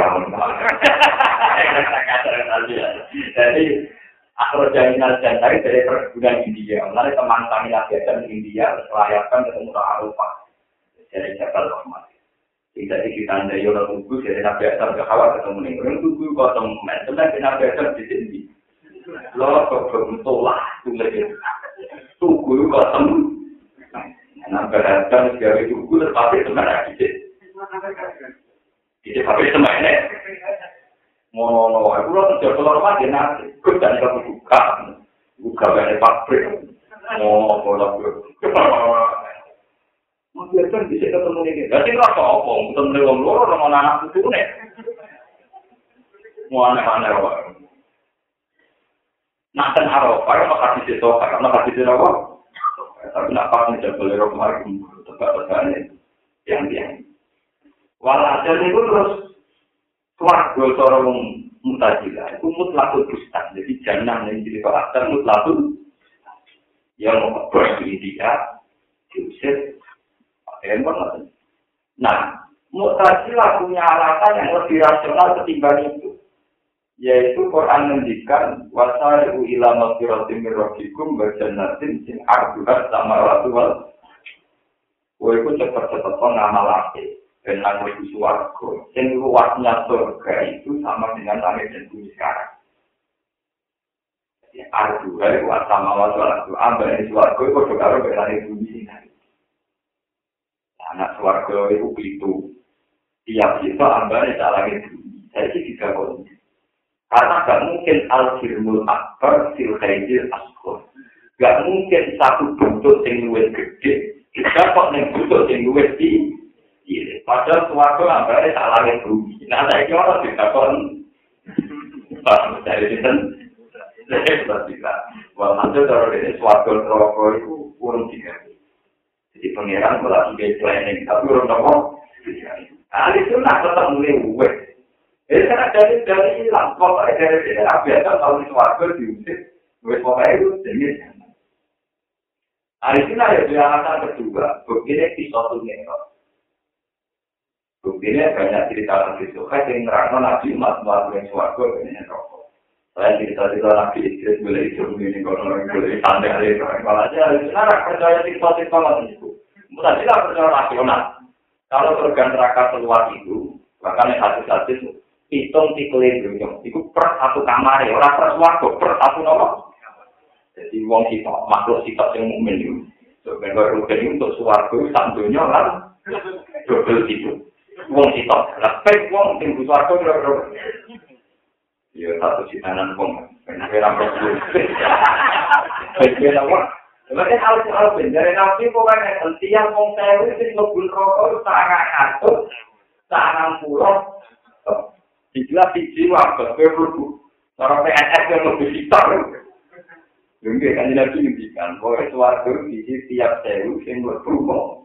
Jadi, aku jaminan jantai dari perkebunan India. Lalu teman-teman yang India melayakkan ketemu Arafah. Jadi, Jabal Rahmat. Jadi, kita anda yola tunggu, jadi Nabi Adam kehawat ketemu nih. Orang tunggu kosong, sebenarnya Nabi Adam di sini. Lo kok tolak, tunggu kosong. Nabi Adam segala tunggu, tetapi sebenarnya di sini. Jadi sampai semuanya, ngono-ngono, aku lo kerja keluar rumah dia nanti, gue jadi kebuka, buka dari pabrik, ngono-ngono, mau biarkan bisa ketemu ini, jadi nggak apa-apa, ketemu orang luar, orang anak itu nih, mau aneh-aneh apa? Nak ten Arafah ora kasih itu, karena kasih itu apa? Tapi nak pas nih jabal Arafah kemarin tebak-tebakan yang yang. Walhasil itu terus swarga cara wong Mu'tazilah itu mutlakul bustan. Jadi jangan yang jadi karakter mutlakul yang mau bos di dia diusir pakai handphone. Nah, Mu'tazilah punya alasan yang lebih rasional ketimbang itu, yaitu Quran mendikan wasari'u ila maghfiratin min rabbikum wa jannatin sing arduha samawati wal ardi. Iku cepet-cepet ngamalake dan nang di swarga. Sing luasnya surga itu sama dengan langit dan bumi sekarang. Jadi arduha itu samawati wal ardi. Ambane di swarga itu padha karo langit bumi sing anak swarga itu itu tiap kita ambane langit bumi. Saya sih tidak boleh. Karena gak mungkin al-firmul akbar fil khairil asghar. Gak mungkin satu bentuk yang luwih gede kita kok ning bentuk yang luwih cilik. Padahal swarga ambane sak langit bumi. Nah, saiki ora dikakon. Pas dari sinten? Lha tidak. Walhasil cara dene swarga neraka iku urung digawe. Jadi pangeran malah iki planning tapi urung nopo. Ali sunah tetap mulai uwes. Eh karena dari dari hilang, pokoknya dari dari abiatan tahun suarga diusir, uwes pokoknya itu jenis. Ali sunah ya dia alasan kedua, begini kisah tuh begini banyak cerita Nabi Suhaib yang nerangkan Nabi Umat Umat yang suarga begini rokok. Selain cerita-cerita Nabi Idris boleh hidup begini, kalau boleh santai hari kalau aja Ali sunah percaya cerita-cerita macam itu. Mungkin tidak percaya rasional. Kalau surga neraka seluas itu, bahkan yang hadis-hadis hitung tikle dunia, itu per satu kamar, orang per swarga, per satu nomor. Jadi wong sitok, makhluk sitok yang mukmin itu. Sebenarnya rugen untuk swarga santunya kan double itu. Wong sitok, tapi wong tinggal swarga berapa? Ya satu sitanan wong, benar benar benar wong. Sebenarnya hal-hal benar, tapi pokoknya setiap wong sewu sing ngebul rokok sangat atur, sangat pulau. Dijelas di jiwa, berperudu. Orang P N S yang lebih sitar. Mungkin kan tidak diinginkan, bahwa suatu di setiap sewu sing ngebul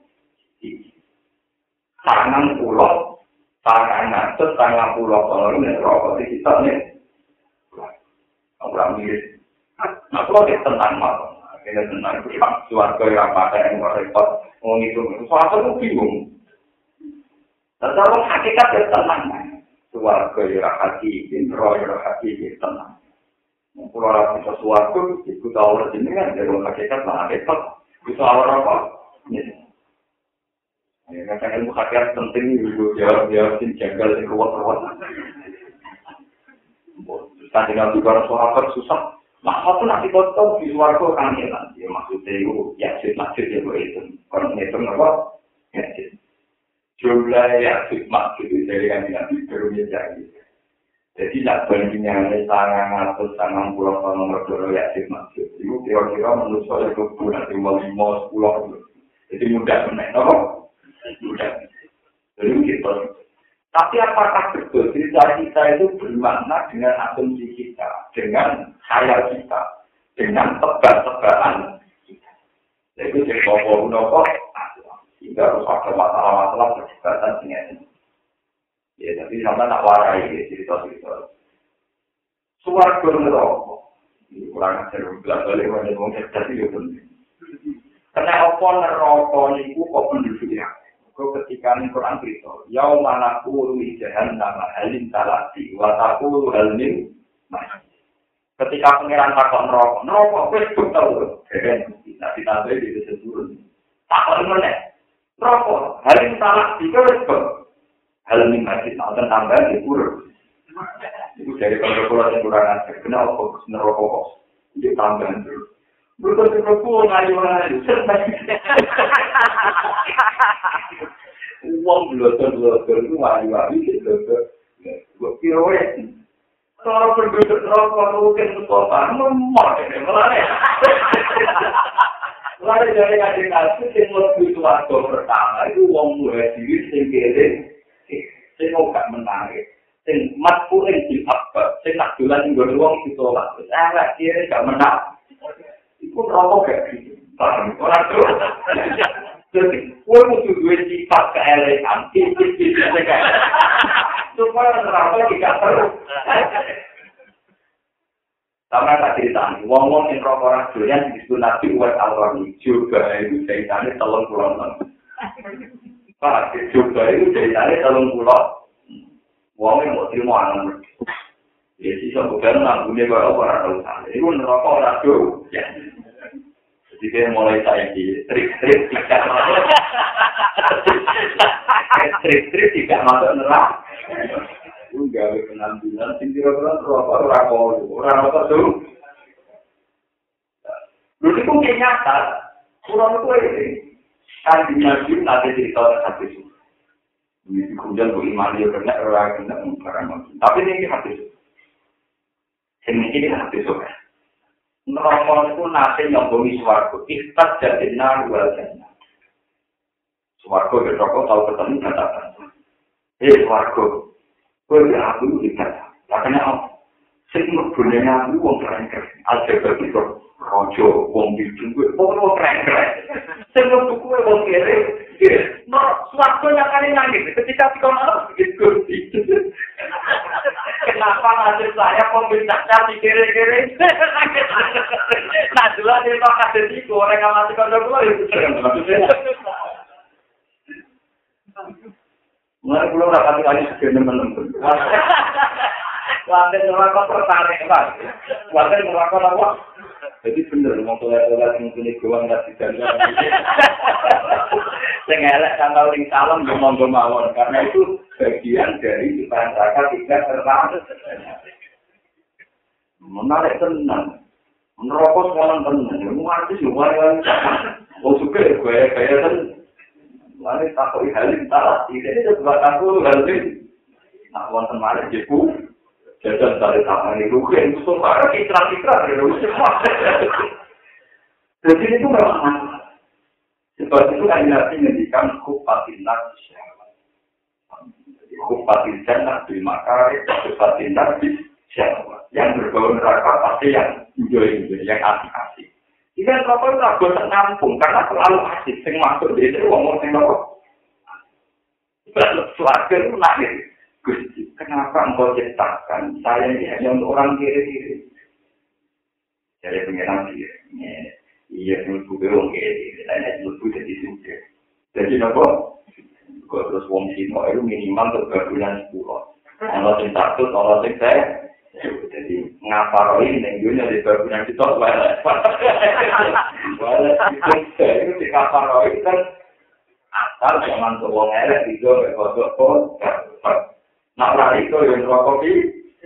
sangat pulau, sangat atur, sangat pulau. Kalau ini rokok di sitarnya, orang mirip. Nah, kalau kita tentang malam. Kita tenang, suarga yang pakai yang repot, mau ngitung, suarga itu bingung. Tetapi hakikat itu tenang, suarga yang hati, roh yang hati itu tenang. Kalau orang bisa suarga, itu tahu ini kan, dari hakikat lah repot, bisa awal apa? Ya, kadang ilmu hakikat penting, jawab-jawab, jagal, kuat-kuat. Tadi nanti kalau suarga susah. Nah, aku nanti tahu di suarga kan ya nanti maksudnya itu ya sih maksud ya itu kalau ngitung apa ya sih jumlah ya sih maksud itu dari kan nanti barunya jadi jadi tidak bandingnya ini sangat atas sangat pulau nomor dua ya sih maksud itu kira-kira menurut saya itu bulan lima lima sepuluh jadi mudah menaik no mudah jadi gitu. Tapi apakah betul cerita kita itu bermakna dengan asumsi kita, dengan khayal kita, dengan tebak-tebakan kita. Jadi jadi pokok-pokok, sehingga harus ada masalah-masalah perdebatan dengan ini. Ya, tapi sama tak warai ya, cerita-cerita. Suarga neraka. Ini kurang ajar belas balik wajah wong cerdas itu penting. Karena apa neraka niku kok penduduknya? Ketika ini Quran beritahu, Yaum manakulu jahannam halim talati, watakulu halmin masih. Ketika pengiran takut neraka, neraka wis betul. Keren, tidak ditambah di desa turun. Takut mana? Neraka halim talati wis betul. Halmin masih tak tambah di turun. Itu dari kalau-kalau yang kurang ajar, kenapa fokus neraka kok? Dia tambahan terus. Betul betul pun ayu-ayu. Uang blotor-blotor itu ayu-ayu gitu. Gue kira kalau penduduk rokok mungkin kesopan memang ini melalui. Melalui dari kajian yang lebih suarga pertama itu uang mulai diri sendiri. Saya mau gak menarik. Sing mat kuring di apa? Sing nak jualan ning nggon wong ditolak. Wis elek kiri gak menang. Iku rokok gak gitu. Paham ora tuh. Jadi, kowe kudu duwe sifat keelekan, sifat kayak. Supaya neraka tidak terus. Sama tak ceritani, wong-wong yang rokok orang doyan disebut Nabi Uwais Al-Qarni juga itu ceritanya telung pulau enam. Pak, juga itu ceritanya telung pulau. Wong yang mau terima anak. Ya sih, bukan nanggunya kalau orang tahu sana. Itu rokok orang doyan. Jadi dia mulai saya di trik-trik tidak masuk. Trik-trik tidak masuk neraka. Gawe penampilan sing kira-kira rokok ora kok ora rokok tuh. Lha iku nyata. Kurang itu iki. Kan dinasti nanti cerita hadis. Ini kemudian bu iman dia kena ora kena barang. Tapi ini hadis. Ini ini hadis oke. Neraka itu nate nyobomi swarga. Istat jadi nar wal jannah. Swarga neraka tau ketemu katakan. Eh swarga kowe aku iki makane sing mlebune aku wong keren-keren aja bagi rojo wong dijunggu wong keren-keren sing mlebu kowe wong kere no suatu yang kali nangis ketika dikono gitu kenapa nasib saya pemerintah di kere-kere nah dulu ada yang kasih tiku orang yang masih kondo kula itu mulai pulau rapat kali sekian teman-teman. Lantai neraka tertarik kan? Lantai neraka apa? Jadi bener mau keluar-keluar yang punya gawang nggak dijaga. Sengelak tanggal ring salam ngomong mawon karena itu bagian dari ciptaan neraka tidak tertarik. Menarik tenang. Neraka semua tenang. Mau artis luar kan? Oh suka gue kayak tenang. Mari takoi halim salah, ini juga takoi halim. Nah, wonten malih jeku, jajan dari tangan itu, yang itu marah ikrar-ikrar, gitu semua. Jadi itu memang masalah. Sebab itu kan Nabi mendikan kupatin nafsi. Jadi kupatin jannah bil makarim, kupatin nafsi syahwat. Yang berbau neraka pasti yang enjoy-enjoy, yang asik-asik. Jika rokok itu agak ternampung, karena terlalu asik, yang masuk di itu, ngomong yang rokok. Suarga itu lahir. Gusti, kenapa engkau ciptakan saya ini hanya untuk orang kiri-kiri? Jadi pengiran kiri. Iya, menurutku orang kiri-kiri. Saya menurutku jadi sudah. Jadi rokok, kalau terus wong Cina itu minimal untuk berbulan sepuluh. Kalau yang satu, kalau yang saya, jadi ngaparoin yang dunia di berbulan itu wala wala itu di ngaparoin kan asal jangan tuh wong elek itu berkodok nak lari itu yang rokok di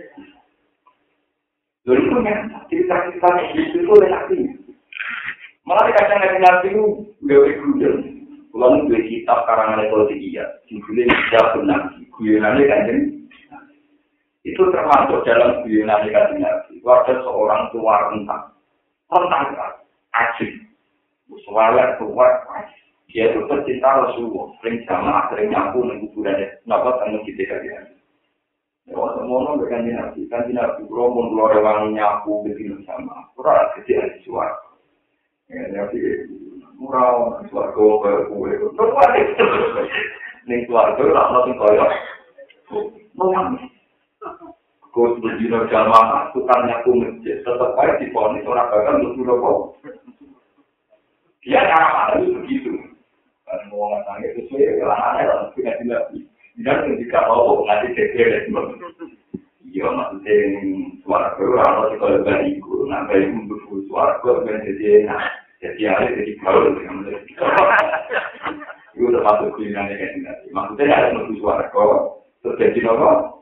dulu itu ya cerita-cerita itu itu relasi malah kadang kadang nanti itu gawe gudel pulang dua kitab karangan ekologi ya judulnya tidak benar guyonannya kan itu termasuk dalam guyonan Nabi Nabi. Ada seorang tua rentang, rentang ajib, suara tua, dia itu pecinta Rasulullah, sering jamaah, sering nyapu menguburannya, kenapa tanggung kita kalian? Ya, semua orang berganti Nabi, ganti Nabi, beromong keluar orang nyapu begini sama, kurang kecil di suara. Ya, Nabi murah, suara kau kue, terus itu, nih suara kau lah, langsung kaya, menangis. Kau berdino jamaah, tukang nyapu masjid, tetap aja diponis orang bakal untuk rokok. Dia cara itu begitu. Kan mau ngatangnya sesuai kelangannya, lalu kita tidak tidak ketika rokok ngasih cekir. Iya maksudnya suara orang kalau kalau bariku, nah bariku untuk suara kau jadi enak, jadi hari jadi gaul dengan mereka. Itu termasuk kulinernya kan? Maksudnya ada untuk suara kau terjadi rokok.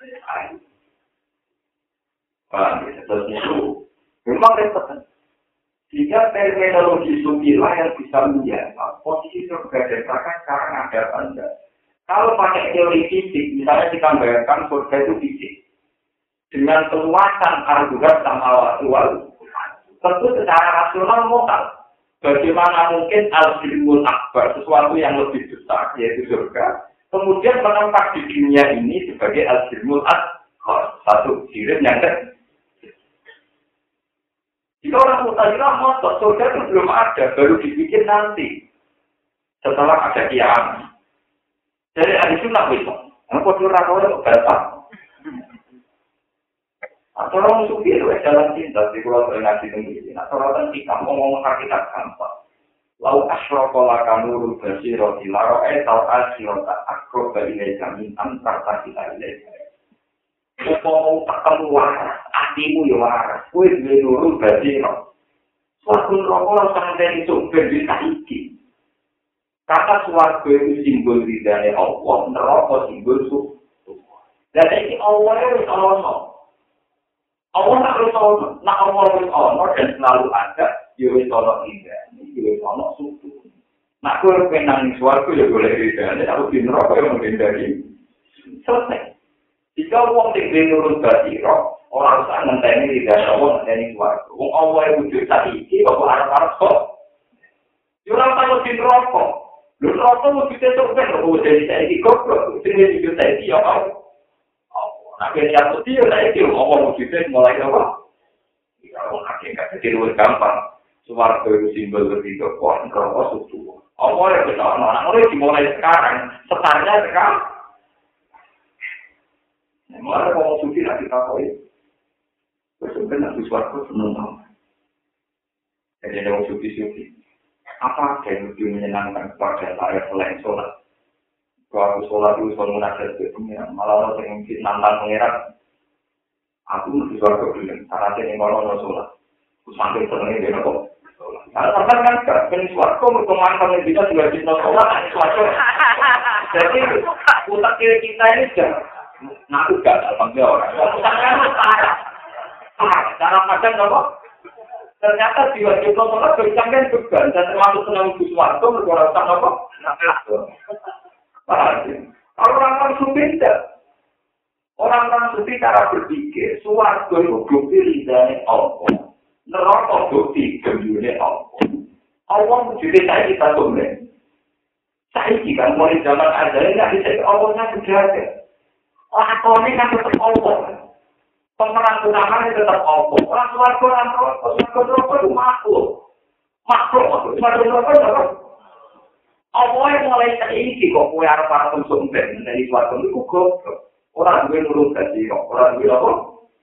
Paham ya, terus itu memang repot. Jika terminologi sufilah yang bisa menjawab posisi surga dan neraka sekarang ada apa enggak? Kalau pakai teori fisik, misalnya kita bayangkan surga itu fisik dengan keluasan argumen sama awal, tentu secara rasional modal. Bagaimana mungkin al-ilmul akbar, sesuatu yang lebih besar yaitu surga, kemudian menempat di dunia ini sebagai al-ilmul akbar, satu sirik yang Jika orang Mu'tazilah ngotot, surga itu belum ada, baru dibikin nanti. Setelah ada kiamat. Jadi ahli sunnah itu, yang kodoh rakyat itu batal. Atau orang sufi itu jalan cinta, di pulau ngaji tinggi. Atau orang kita ngomong hakikat gampang. Lau asrokola kanurul basiro dilaro etal asirota akroba ilaika min antar kita ilaika. Upama ketemu waras, hatimu ya waras. Kue duwe nurul basiro. Suatu rokok sampai disumber di saiki. Kata suatu itu simbol ridhanya Allah, neraka simbol suku. Dan ini Allah itu Allah. Allah tak harus ono, nak Allah harus ono dan selalu ada, ya wis ono indah, ya wis ono suku. Nak kowe penang suaraku ya boleh beda, aku di neraka yang menghindari. Selesai. Jika wong sing nurut basiro, ora usah ngenteni tidak Allah ngenteni suaraku. Wong Allah wujud tadi iki kok arep-arep kok. Yo ora tau di neraka. Lho neraka wujudnya sok ben kok jadi saiki goblok, sing wujud saiki ya kok. Nah, yang putih saya itu ngomong wujudnya mulai apa? Kalau hakikat jadi lebih gampang. Suwarga itu simbol berhidup, wah, neraka suku. Allah yang benar, anak mulai dimulai sekarang, setarnya sekarang. Nah, mulai ngomong suci nanti takoi. Sebenarnya di suwarga senang. Jadi ngomong suci-suci. Apa yang lebih menyenangkan kepada saya selain sholat? Kalau aku sholat itu selalu menajat ke pengiran, malah orang yang mungkin nantang pengiran. Aku mesti suara kebilang, karena saya ini malah sholat. Aku sampai senangnya dia kok. Karena sampai kan gak, kan suara kok berkembang yang bisa juga cinta sholat, ini suara. Jadi, utak kiri kita ini sudah ngaku gak dalam dia orang. Utaknya itu parah. Parah, cara padang apa? Ternyata diwajib sholat bercangkan juga, dan termasuk senang di suara, berkurang apa? Orang-orang sufi tidak. Orang-orang sufi cara berpikir, suwarga itu bukti ridhanya Allah. Neraka bukti gembiranya Allah. Allah wujudnya saya kita tolong. Saya kan mulai zaman ada ini, tidak bisa Allahnya sudah ada. Lakonnya kan tetap Allah. Pemeran utamanya tetap Allah. Orang suwarga, orang neraka, suwarga itu makhluk. Makhluk, suwarga neraka itu Allah yang mulai terisi kok kue arep-arep untuk ben dari suatu itu goblok. Orang duwe nurut kasih kok, orang duwe apa?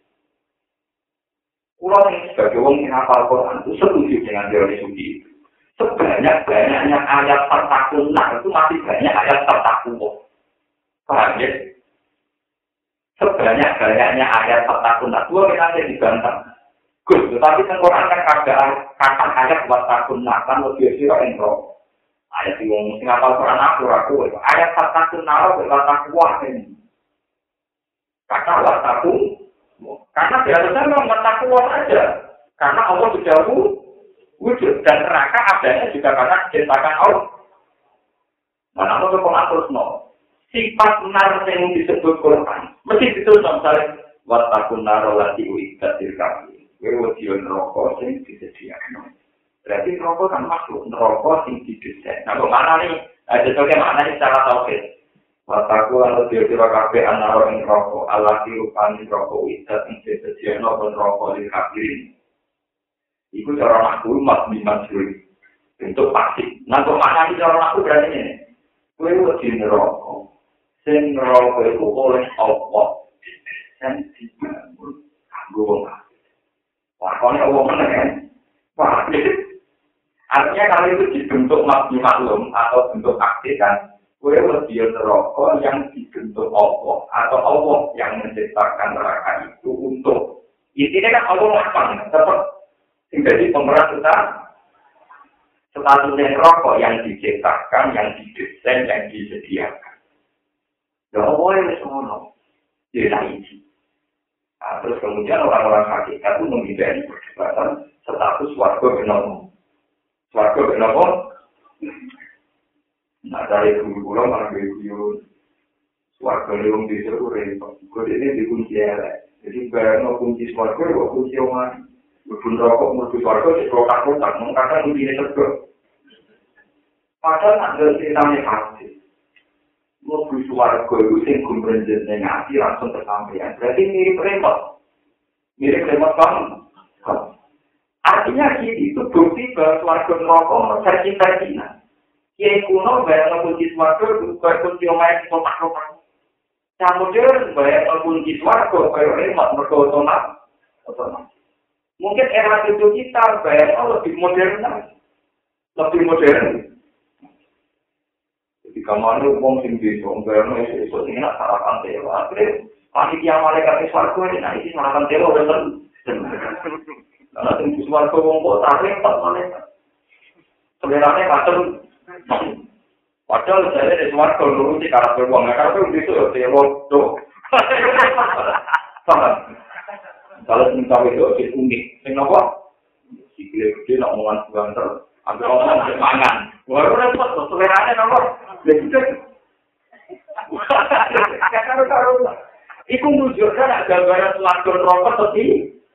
Orang yang sebagai wong yang hafal Quran itu setuju dengan teori suci. Sebanyak-banyaknya ayat tertakunan itu masih banyak ayat tertakunan. Paham ya? Sebanyak-banyaknya ayat tertakunan. Dua kita ada dibantah. Gus, tetapi kan Quran kan ada kata ayat buat takunan kan lebih sirah entro. Ayat yang mesti ngapal Quran aku, aku. Ayat kata naro berkata kuat ini. Kata wataku. Karena biasanya memang kata kuat saja. Karena Allah sudah wujud. Dan neraka adanya juga karena diciptakan Allah. Mana Allah berkomentar terus no. Sifat nar yang disebut Quran. Mesti ditulis misalnya. Wataku naro lati uikat dirkati. Wewajion rokok yang disediakan. Berarti neraka kan makhluk, neraka yang didesain. Nah, bagaimana nih? Ada bagaimana nih secara tauhid? Wataku lalu dia kira kafe anaro ing neraka, Allah dirupan neraka widat ing disediakan apa neraka di kafirin. Iku cara aku mak biman suri. Bentuk pasti. Nah, bagaimana nih cara aku berarti ini? Kue wajib neraka. Sing neraka itu oleh Allah. Dan dibangun kanggo Allah. Wakone Allah meneng. Wah, artinya kalau itu dibentuk mabni maklum atau bentuk aktif kan, kue lebih neraka yang dibentuk Allah atau Allah yang menciptakan neraka itu untuk intinya kan Allah lapang tetap menjadi pemeran utama statusnya neraka yang diciptakan, yang didesain, yang disediakan. Ya Allah yang semua tidak ini. Nah, terus kemudian orang-orang hakikat itu menghindari perdebatan status warga benar. Warga kenapa? Nah dari guru-guru malah guru-guru warga leung di seluruh repot. Kode ini dikunci elek. Jadi bayar kunci warga, ya kunci oman. Bubun rokok mutu warga di kotak-kotak, mengatakan kunci ini tergol. Padahal ada ceritanya pasti. Mobil warga itu sing gumrenjetnya ngasih langsung tersampaikan. Berarti mirip repot. Mirip repot kamu. Artinya itu bukti bahwa swarga neraka versi-versinya. Kiai kuno bayang kunci swarga kaya kunci omahe kotak-kotak. Cah modern bayang kunci swarga kaya remote mergo otomatis. Otomatis. Mungkin era itu kita bayang lebih modern, lebih modern. Jadi kamane wong sing desa bayang esuk sing enak sarapan telo. Akhire panitia malaikat swarga ini iki sarapan telo wonten. Karena sing swarga wong kok tak repot malaikat. Sebenarnya kacau. Padahal saya di swarga nuruti karakter wong, karakter itu ya telo. Paham? Kalau sing tahu itu unik, sing apa? Sikile gede nak omongan banter, ambil omongan mangan. Wah, repot to, selerane napa? Lha iki. Karo-karo. Iku nunjukkan nak gambaran swarga neraka tadi.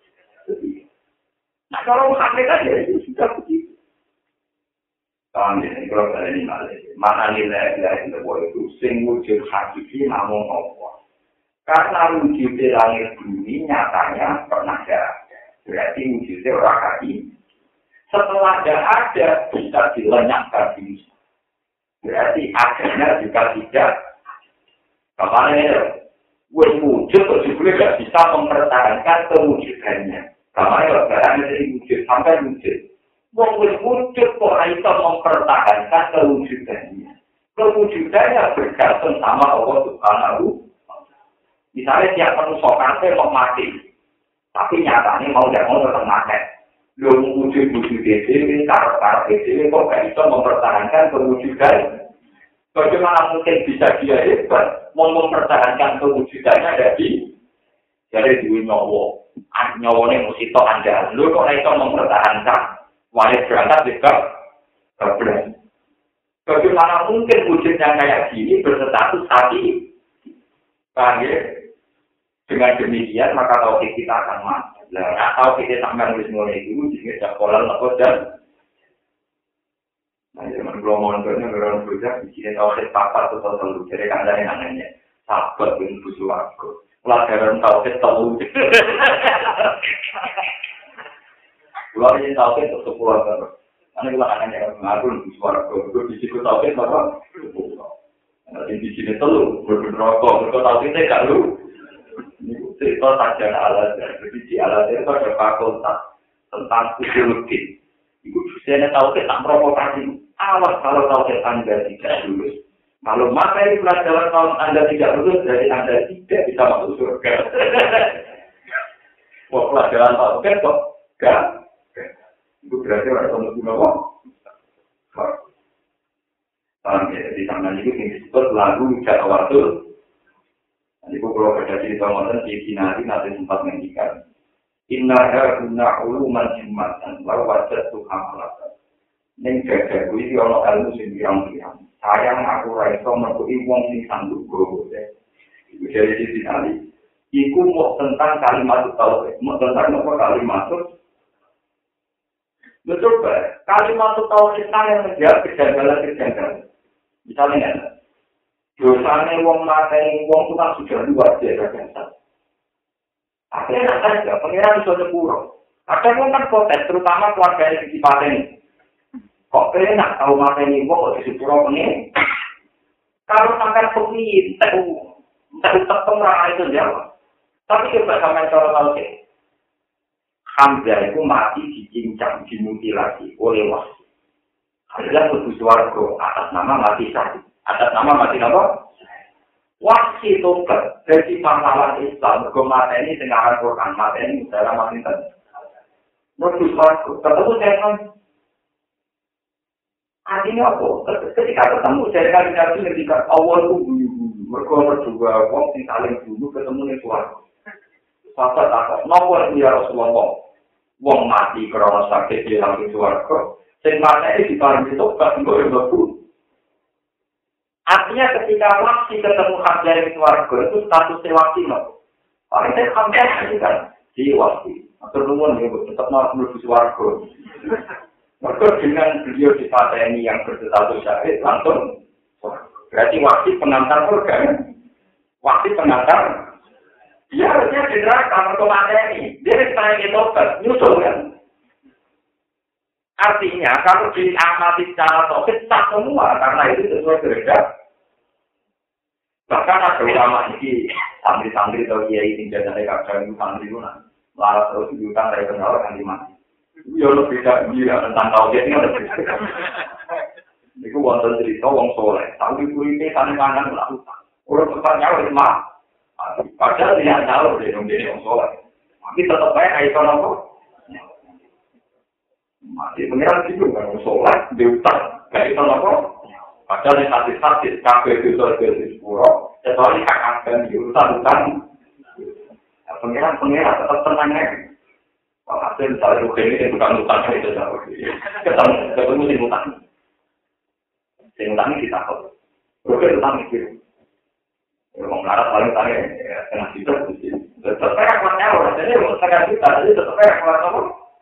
Nah, kalau hakikat ya itu sudah begitu. Paham ya, kalau ada ini malah. Mana nilai nilai itu sing wujud hakiki namung apa? Karena wujudnya langit bumi nyatanya pernah ada. Berarti wujudnya orang kaki. Setelah ada ada, bisa dilenyapkan di berarti akhirnya juga tidak. Kamarnya, wujud juga tidak bisa mempertahankan kewujudannya. Kamarnya, barangnya dari wujud sampai wujud. Wujud kok bisa mempertahankan kewujudannya. Kewujudannya bergantung sama Allah Subhanahu. Misalnya tiap manusia kafir mau mati, tapi nyatanya mau tidak mau tetap mati. Lu wujud-wujud D C, karakter D C, kok gak bisa mempertahankan kewujudan? Bagaimana mungkin bisa dia hebat, mau mempertahankan kewujudannya dari dari duit nyawa, nyawanya mesti tok anda. Lu kok gak bisa mempertahankan? Wajib berangkat juga berbelas. Bagaimana mungkin wujudnya kayak gini berstatus hati? Panggil. Dengan demikian maka tauhid kita akan mati. Nah, tauhid kita sampai nulis mulai itu jika sekolah lekot dan nah, zaman belum mondornya orang berjak bikin tauhid papat atau telu. Jadi kan ada yang namanya sahabat bin Buswargo. Pelajaran tauhid telu. Kalau ini tauhid untuk sepuluh tahun. Karena kalau anaknya mengatur Buswargo, itu disebut tauhid apa? Nah, di sini telu berberokok. Kalau tauhidnya gak lu. Itu saja alat jadi di alat itu ada fakultas tentang ideologi. Ibu saya tahu kita provokasi. Awas kalau tahu kita anda tidak lulus. Kalau materi pelajaran kalau anda tidak lulus, dari anda tidak bisa masuk surga. Wah pelajaran tahu kan kok gak? Itu berarti ada teman-teman apa? Paham ya? Di sana itu disebut lagu Jawabul. Ibu kalau ada cerita modern di Kinari nanti sempat menghentikan. Innaha guna uluman jumatan, lalu wajah tuh amalatan. Neng jaga gue itu orang ilmu sendirian-sendirian. Sayang aku raiso merkui wong sing sanduk gue. Ibu dari di Kinari. Iku mau tentang kalimat tauhid, mau tentang apa kalimat itu? Betul pak, kalimat tauhid yang menjawab kejanggalan-kejanggalan. Misalnya. Dosanya wong mateni wong itu kan sudah luar biasa biasa. Akhirnya nak saja, pengiran bisa sepuluh. Kadang wong kan protes, terutama keluarga yang di pateni. Kok enak tahu mateni wong kok di sepuluh pengiran? Kalau sampai pengiran, tahu tahu tekung orang itu jawab. Tapi coba sampai cara tahu sih. Hamzah itu mati dicincang, dimutilasi oleh wasi. Adalah betul warga atas nama mati sakit. Atas nama mati apa? Wasi tobat dari pahlawan Islam. Kematian ini dengan Al-Quran. Mati ini dalam mati tadi. Menurut warga. Ketemu dengan artinya apa? Ketika ketemu dari kali-kali ketika awal itu bunyi-bunyi. Mereka berdua wong sing saling dulu ketemu di warga. Sahabat takut. Napa ya Rasulullah? Wong mati karena sakit di dalam warga. Sing mati ini diparingi tobat. Enggak ada. Artinya ketika wasi ketemu Hamzah di keluarga itu statusnya wasi loh. Orang itu Hamzah kan di wasi. Atau nuwun ya tetap mau menuju keluarga. Mereka dengan beliau di ini yang berstatus syahid langsung. Berarti wasi pengantar surga. Wasi pengantar. Dia harusnya di neraka mereka ini. Dia sekarang itu nyusul kan. Artinya kalau diamati secara tauhid sah semua karena itu sesuai kehendak. Bahkan ada ulama ini santri-santri atau kiai tinggal dari kadang itu santri itu nah laras terus diutang dari kenal kan mati. Ya lebih tidak dia tentang tauhid ini lebih. Iku wonten cerita wong soleh, tapi kulite kan mangan ora utang. Ora tetap nyawa wis mah. Padahal dia nyawa dia wong soleh. Tapi tetap bae iso nopo. Mati pengiran itu kan sholat diutang gak itu nopo padahal yang hati-hati kabeh itu sorga sepuro setelah dikakakkan diutang utang pengiran pengiran tetap tenangnya kalau hasil misalnya rugi ini bukan utang itu jauh ketemu ketemu di utang di utang ini ditakut rugi utang mikir kalau melarat paling tanya kena hidup tetap kayak kuatnya orang jadi sekarang kita jadi tetap kayak kuat apa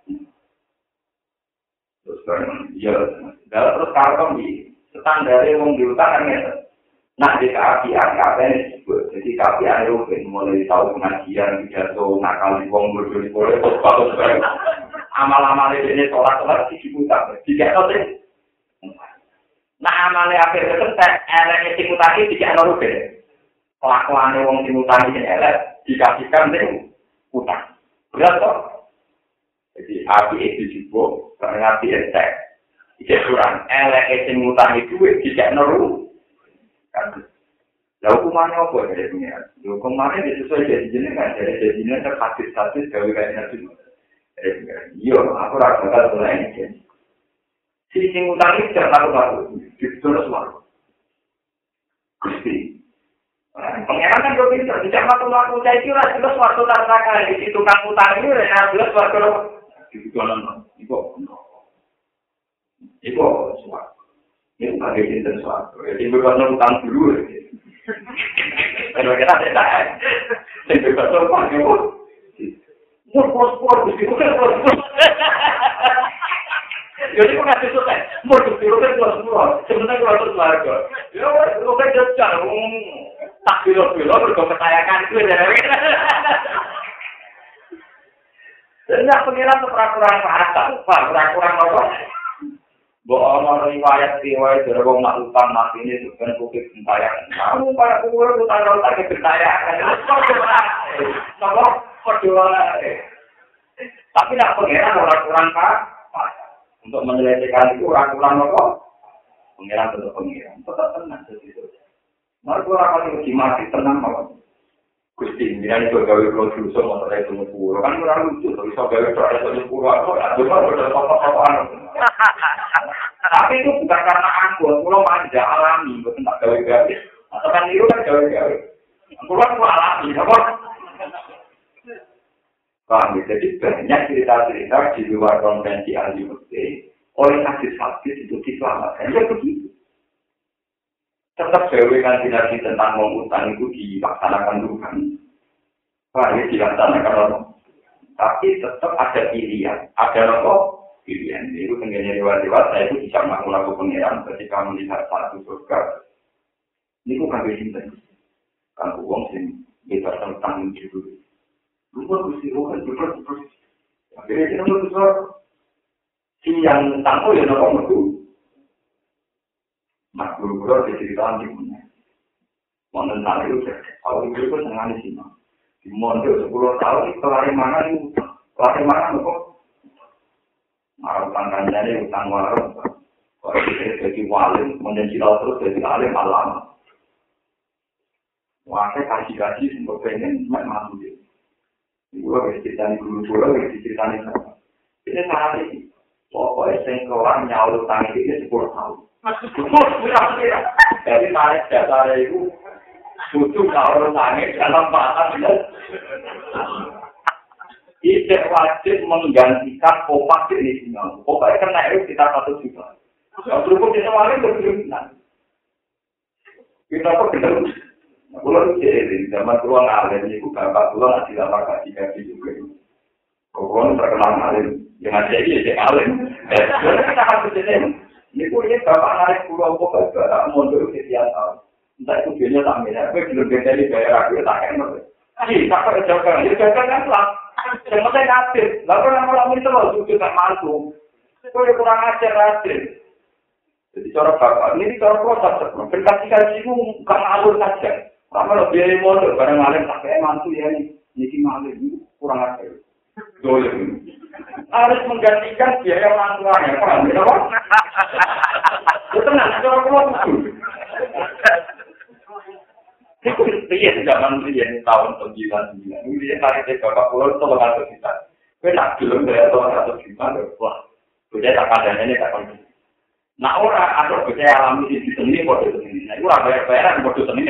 terus kan ya terus kalau di standarnya wong diutang kan ya nah di keapian kabeh jadi keapian itu mulai tahu pengajian pidato nakal di wong bodoh di boleh terus bagus banget amal-amal ini sholat-sholat di diutang tidak tahu sih nah amalnya akhir kesentek elek sing utangi tidak ana rugi kelakuane wong sing utangi sing elek dikasihkan sing utang berat kok. Jadi api itu juga karena api entek. Iki kurang elek sing ngutangi duit tidak neru. Kan. Lah hukumane apa dari pengiran? Hukumane sesuai jadi jenengan, dari jenengan terhadis-hadis gawe kaya nabi. Eh iya, aku ora bakal mulai iki. Si sing ngutangi jangan aku terus wae. Gusti. Pengiran kan yo pinter, tidak matu-matu cai iki ora jelas waktu tak sakare iki tukang utang iki ora jelas waktu Jualan, ibu, ibu suatu, ini bukan jadi sesuatu. Jadi beberapa utang dulu. Kalau kita tidak, jadi beberapa utang ibu, mur pos-pos, itu kan pos-pos. Jadi kok nggak selesai, mur itu kan pos-pos. Sebenarnya kalau terus warga, ya itu kan jajan, tak bilo-bilo berkompetayakan itu dari. Dan yang pengiran itu peraturan bahasa, peraturan apa? Bahwa riwayat riwayat dari wong nak utang mati ini bukan bukit bentayangan. Kamu para penguruh utang utang ke bentayangan, apa? Perjuangan. Tapi nak pengiran peraturan apa? Untuk menyelesaikan itu peraturan apa? Pengiran tetap pengiran, tetap tenang segitu. Mereka orang kalau mati tenang apa? Gusti, jangan itu gawe produksi motor itu pura. Kan kurang lucu, tapi so gawe produksi itu pura. Tapi itu bukan karena anggur, pulau manja alami, bukan tak gawe-gawe. Atau kan itu kan gawe-gawe. Pulau itu alami, apa? Paham, jadi banyak cerita-cerita di luar konvensi ahli fikih oleh hadis-hadis itu diselamatkan. Ya begitu. Tetap gawe kan dinasti tentang mengutang itu dilaksanakan dulu kan. Wah, ini dilaksanakan loh. Tapi tetap ada pilihan. Ada loh pilihan. Itu tengganya riwayat-riwayat saya itu bisa melakukan pengiran ketika melihat satu surga. Ini kok kagak cinta. Kan uang sih bebas tentang itu. Lupa gusti rohan berat terus. Akhirnya kita berusaha. Si yang tentang oh ya nopo itu. Mas guru-guru diceritakan di mana? Wonten kali itu, kalau itu itu senang di sini. Di Mondo sepuluh tahun kelari mana itu? Kelari mana itu? Marah utang kanjanya, utang warung. Kalau itu jadi walim, kemudian cilal terus jadi alim alam. Wah, saya kasih-kasih semua pengen masuk dia. Ibu harus diceritani guru-guru, harus diceritani sama. Ini saat ini, pokoknya saya keluar nyawa utang ini sepuluh tahun. Jadi tarik dasar itu butuh kalau tangis dalam batas tidak wajib menggantikan kopak jenis ini. Kopaknya kena itu kita satu juta. Yang berhubung di semuanya berjualan. Kita kok tidak. Pulau jadi zaman pulau ngalir itu bapak pulau nggak tidak pakai dikasih juga. Pulau terkenal ngalir yang ada ini jadi ngalir. Kita harus jadi. Ini pun ini bapak narik pulau pokok juga tak mundur sekian tahun. Entah itu dunia tak minat, tapi belum beda di daerah itu tak enak. Ih, tak kerjakan, ya kerjakan kan lah. Semua saya ngasih, lalu orang malam itu loh, sudah tak mampu. Kau yang kurang ajar hasil. Jadi cara bapak ini cara proses. Berkasih kasih itu bukan alur saja. Kalau biaya modal barang alim pakai mantu ya nih, ini malu ini kurang ajar. Dolim. Harus menggantikan biaya orang tuanya, paham ya? Itu tenang, cara proses. Itu dia zaman dia tahun sembilan sembilan. Dia tarik ke bapak pulau tolong atau kita. Benar belum dari tolong atau kita. Wah, sudah tak ada ini tak konsen. Nah orang ada percaya alami di sini bodoh sini. Nah itu orang bayar bayaran bodoh sini.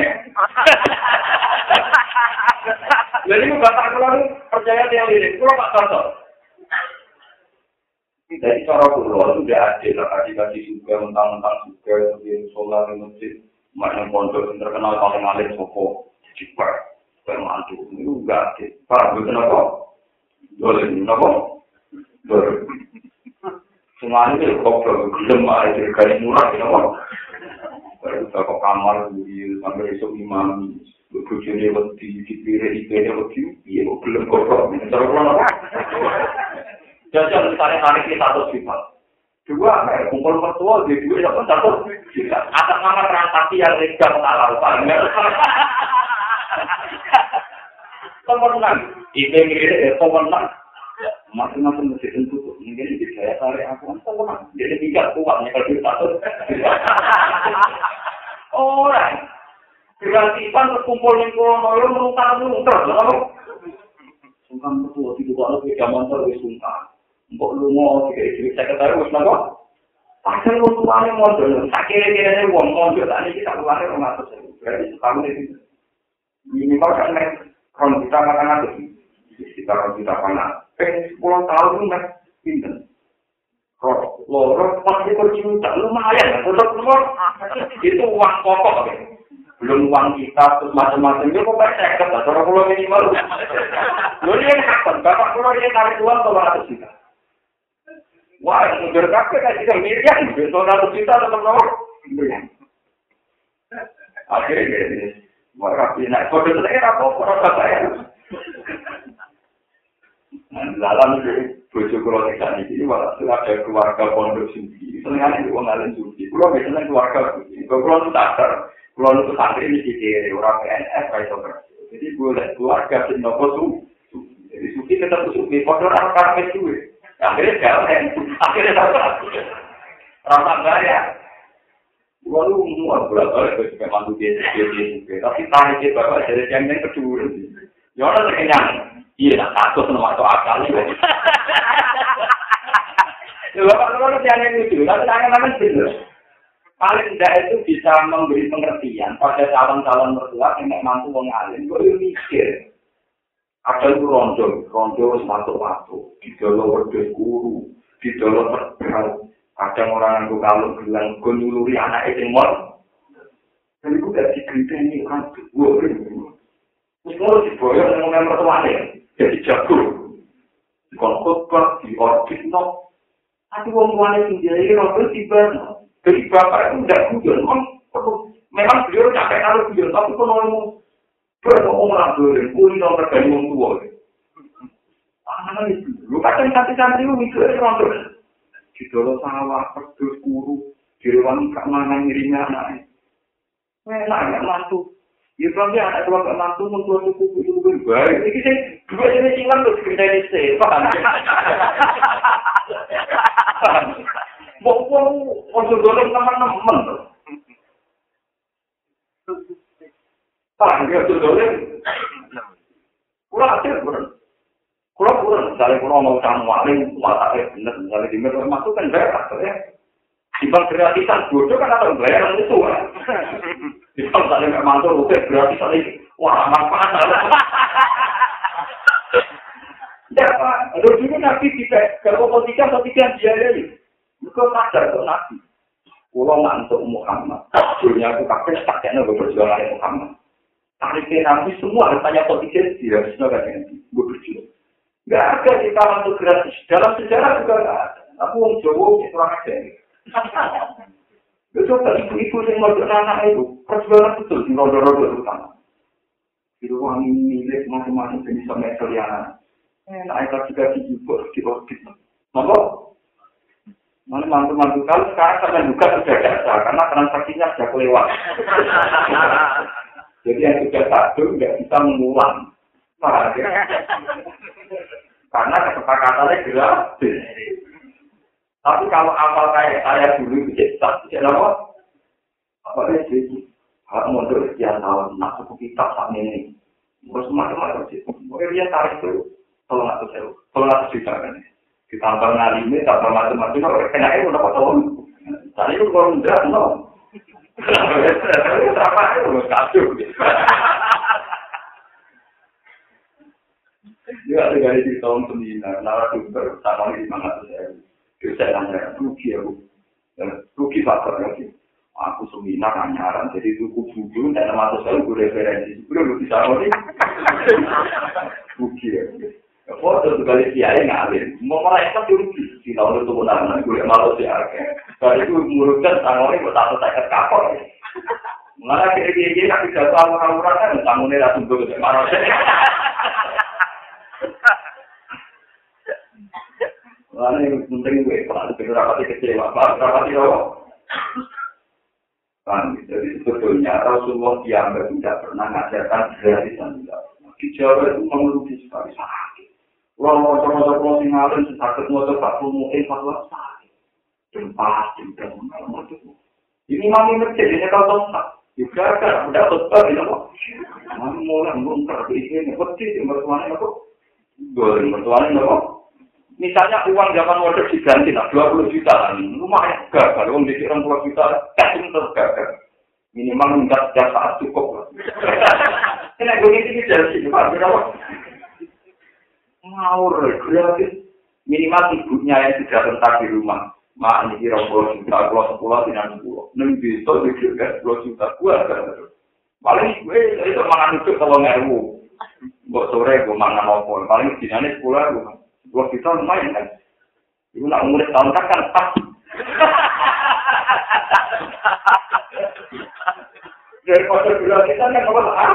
Jadi bapak pulau percaya dia lirik. Pulau pak contoh. Dari cara pulau sudah ada lah kasih juga mentang-mentang juga di sholat di masjid. Macam pondok yang terkenal paling alim sopo, cipar, bermantu, itu enggak ada. Paham betul apa? Boleh, apa? Boleh. Semuanya itu kok lemah itu kali murah, apa? Baru kita ke kamar, sampai esok imam, berbujunya berarti, dipilih, dipilih, berarti, iya, belum kok. Terus apa? Jajah tarik-tarik kita satu sifat. Dua, eh, kumpul mertua, dia dua, ya pun satu. Atas nama transaksi yang legal tak lakukan. Pemenang. Ini mirip pemenang. Masing-masing mesti tentu. Mungkin di saya tarik aku. Pemenang. Jadi tiga kuatnya kalau kita satu. Orang. Kegantian berkumpul yang kurang nolong menungkar-menungkar. Sungkan mertua, tiga kalau kita mantar, sungkan. Mbok lunga iki saya ketahui wis napa? Pasal wong tuane modal, tak kira-kirane wong modal tak iki tak luare ora ngatus. Berarti setahun iki. Minimal kan nek kon kita makan atus. Kita kon kita panas. Eh sepuluh tahun nek pinten. Kok loro pasti perjuta lumayan, untuk nomor itu uang pokok. Belum uang kita terus macam-macam itu kok saya kata orang pulau minimal. Lho ini kapan? Bapak pulau ini tarik uang dua ratus juta. Wah, yang berkata kan tidak miliar, besok ratus juta tetap nomor. Akhirnya ini, maka pindah. Kode saya apa? Rasa saya. Dalam bojo kula tekan iki malah ada keluarga pondok sendiri. Senengane wong ngalen suci. Kula biasanya keluarga suci. Kula nu sadar, kula nu santri iki dikire ora P N S kae to. Jadi boleh keluarga sing nopo su. Jadi suci tetap suci, padha ora karepet duwe. Akhirnya jalan, akhirnya dapat. Rasa ya. Walau muat berat, kalau juga mantu dia dia tapi tarik dia bapak dari yang yang kedua. Ya orang terkenyang. Iya, nak takut sama masuk akal ni. Bapak kalau yang yang itu, tapi tangan-tangan benar. Paling tidak itu bisa memberi pengertian pada calon-calon mertua yang mantu mengalir. Gue mikir. Ada itu rondo, rondo satu-satu, di dalam wedus guru, di dalam terbang. Kadang orang yang kalau bilang, gue nyuluri anak itu mor. Dan itu gak digenteni orang tua. Terus kalau diboyong dengan mertuanya, jadi jago. Di khotbah, di orbit, no. Tapi orang tuanya sendiri, rondo tiba. Jadi bapak itu tidak guyon. Memang beliau capek kalau guyon, tapi kalau berdoa orang boleh, kulit orang dari orang tua. Ah, itu. Lu kadang santri-santri lu itu orang tua. Di dalam sawah, pedus, guru, di ruang kak mana ngirinya anaknya. Enak, enggak mantu. Ya, berarti anak keluarga mantu, mentua suku, suku, baik. Ini sih, dua jenis silang terus kita ini sih, paham? Mau-mau, mau dorong teman-teman. Paham, dia dorong. Kurang aja, kurang. Kurang kurang, misalnya kurang mau kamu waling, wataknya bener, misalnya di media masuk kan bayar, ya. Dibang gratisan bodoh kan ada bayaran itu, kan. Dibang misalnya nggak mantul, oke gratisan ini, wah manfaat. Ya Pak, lalu dulu Nabi tidak, kalau ketika ketika biaya ini, itu sadar ke Nabi. Kalau ngantuk Muhammad, dunia itu kakek sakitnya berperjuangan Muhammad. Tariknya Nabi semua harus tanya ketika dia harus nggak berjuang. Nggak ada di kawan itu gratis. Dalam sejarah juga nggak ada. Aku orang Jawa, orang Aceh. Coba ibu-ibu yang mau anak itu, perjuangan betul di rodo-rodo utama. Di ruang milik masing-masing jenis sama Italiana. Nah, itu juga di ibu, di orbit. Maka, Mana mantu-mantu kalau sekarang kalian juga sudah biasa karena transaksinya sudah kelewat. Jadi yang sudah satu nggak bisa mengulang. Nah, ya. Karena kesepakatannya gratis. Tapi kalau awal kayak saya dulu bisa tidak apa? Apa sih? Kalau mundur sekian tahun, nak suku kita saat ini, terus macam-macam sih. Mungkin dia tarik itu, kalau nggak tahu saya, kalau nggak tahu juga kan. Ditambah ngalimi, tambah macam-macam, kalau kena itu dapat tahun. Tadi itu kalau enggak, no. Berapa itu kacau. Dia ada dari di tahun sembilan, narasumber sama lima ratus ribu. Terus saya nanya, rugi aku, rugi faktor lagi. Aku seminar anyaran, jadi cukup buku dan masuk selalu referensi. Sudah lu bisa ngomong, rugi ya. Foto sekali kiai ngalir, mau mereka rugi. Si lawan itu benar-benar gue malu sih akhirnya. Kalau itu murutkan tangannya buat satu tak kapal. Malah kira-kira nak bisa tahu orang-orang kan tangannya langsung gue ke marah. Lalu yang penting gue kalau ada rapati kecewa, rapati loh. Kan, jadi sebetulnya Rasulullah dianggap tidak pernah mengajarkan gratisan tidak. Di Jawa itu mengeluh sekali sakit. Kalau mau coba-coba singalan sakit mau coba mungkin fatwa sakit. Dan pasti dan macam ini mami masjid ini kalau tak juga kan udah betul ini loh. Mami mulai ngungkar ini pasti mertuanya itu boleh mertuanya loh. Misalnya uang zaman modern diganti lah dua puluh juta lah, lumayan gagal. Uang dikira enam puluh juta, kasih terus gagal. Minimal minta setiap saat cukup. Ini gue ini dari sini pak, berapa? Ngawur, gratis. Minimal ibunya yang sudah rentak di rumah. Mak ini kira puluh juta, pulau sepuluh, tidak sepuluh. Neng bisa juga sepuluh juta gua kan. Paling gue itu mangan itu kalau ngeru. Buat sore gue mangan opor. Paling dinane sepuluh gue. Dua kita lumayan kan, ibu nak umur tahun kan pas. Dari pasal bilang kita kan apa lah?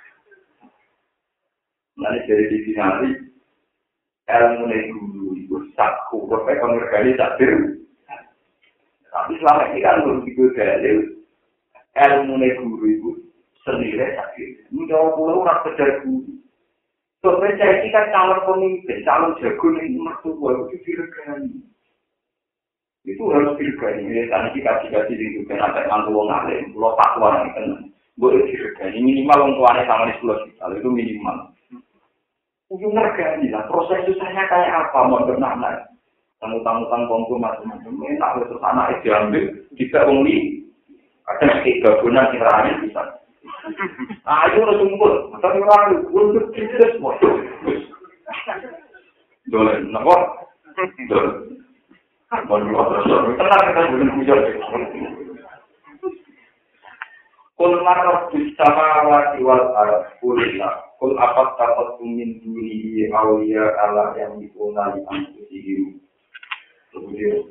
Nanti dari di finali, ilmu neguru itu sakku, berapa konversi takdir. Tapi selama ini kan belum begitu dalil. Ilmu neguru itu sendiri takdir. Ini jauh pulau orang kejar guru. Sebenarnya ini kan calon pemimpin, calon jago yang mertua itu diregani. Itu harus diregani. Karena kita dikasih di juga sampai mantu wong alim, pulau takwa ini kan boleh diregani. Minimal wong tuanya sama di sepuluh juta, itu minimal. Itu meregani lah. Proses susahnya kayak apa? Mau bernama. Tamu-tamu kongko macam-macam. Enak terus anak itu diambil, tidak wong li. Ada tiga guna kiranya bisa. Ayo harus kumpul, tapi orang untuk kita semua. Boleh, nampak? Boleh. Boleh terus. Tenang kita belum hujan. Kul marah bersama wati wal arab kulillah. Kul apa dapat min dunihi awliya Allah yang dikunali anfusihim. Kemudian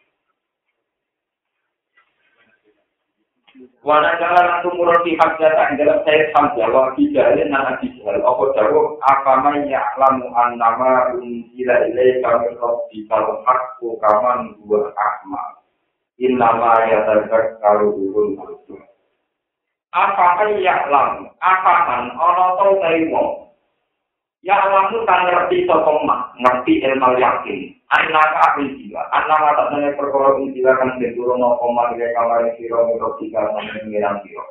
wana jalan untuk murti hak jatah dalam saya sampai wa bijalin nan abisal apa jawab apa man ya'lamu annama unzila ilaika min rabbikal haqqu kaman huwa a'ma innama yatadzakkaru ulul albab apa man ya'lamu apa man ana to taimo ya'lamu kan ngerti sapa mak ngerti ilmu yakin annama unzila annama tak nene perkara unzila kan diturun apa man ila kamari sira rabbika mengiran sira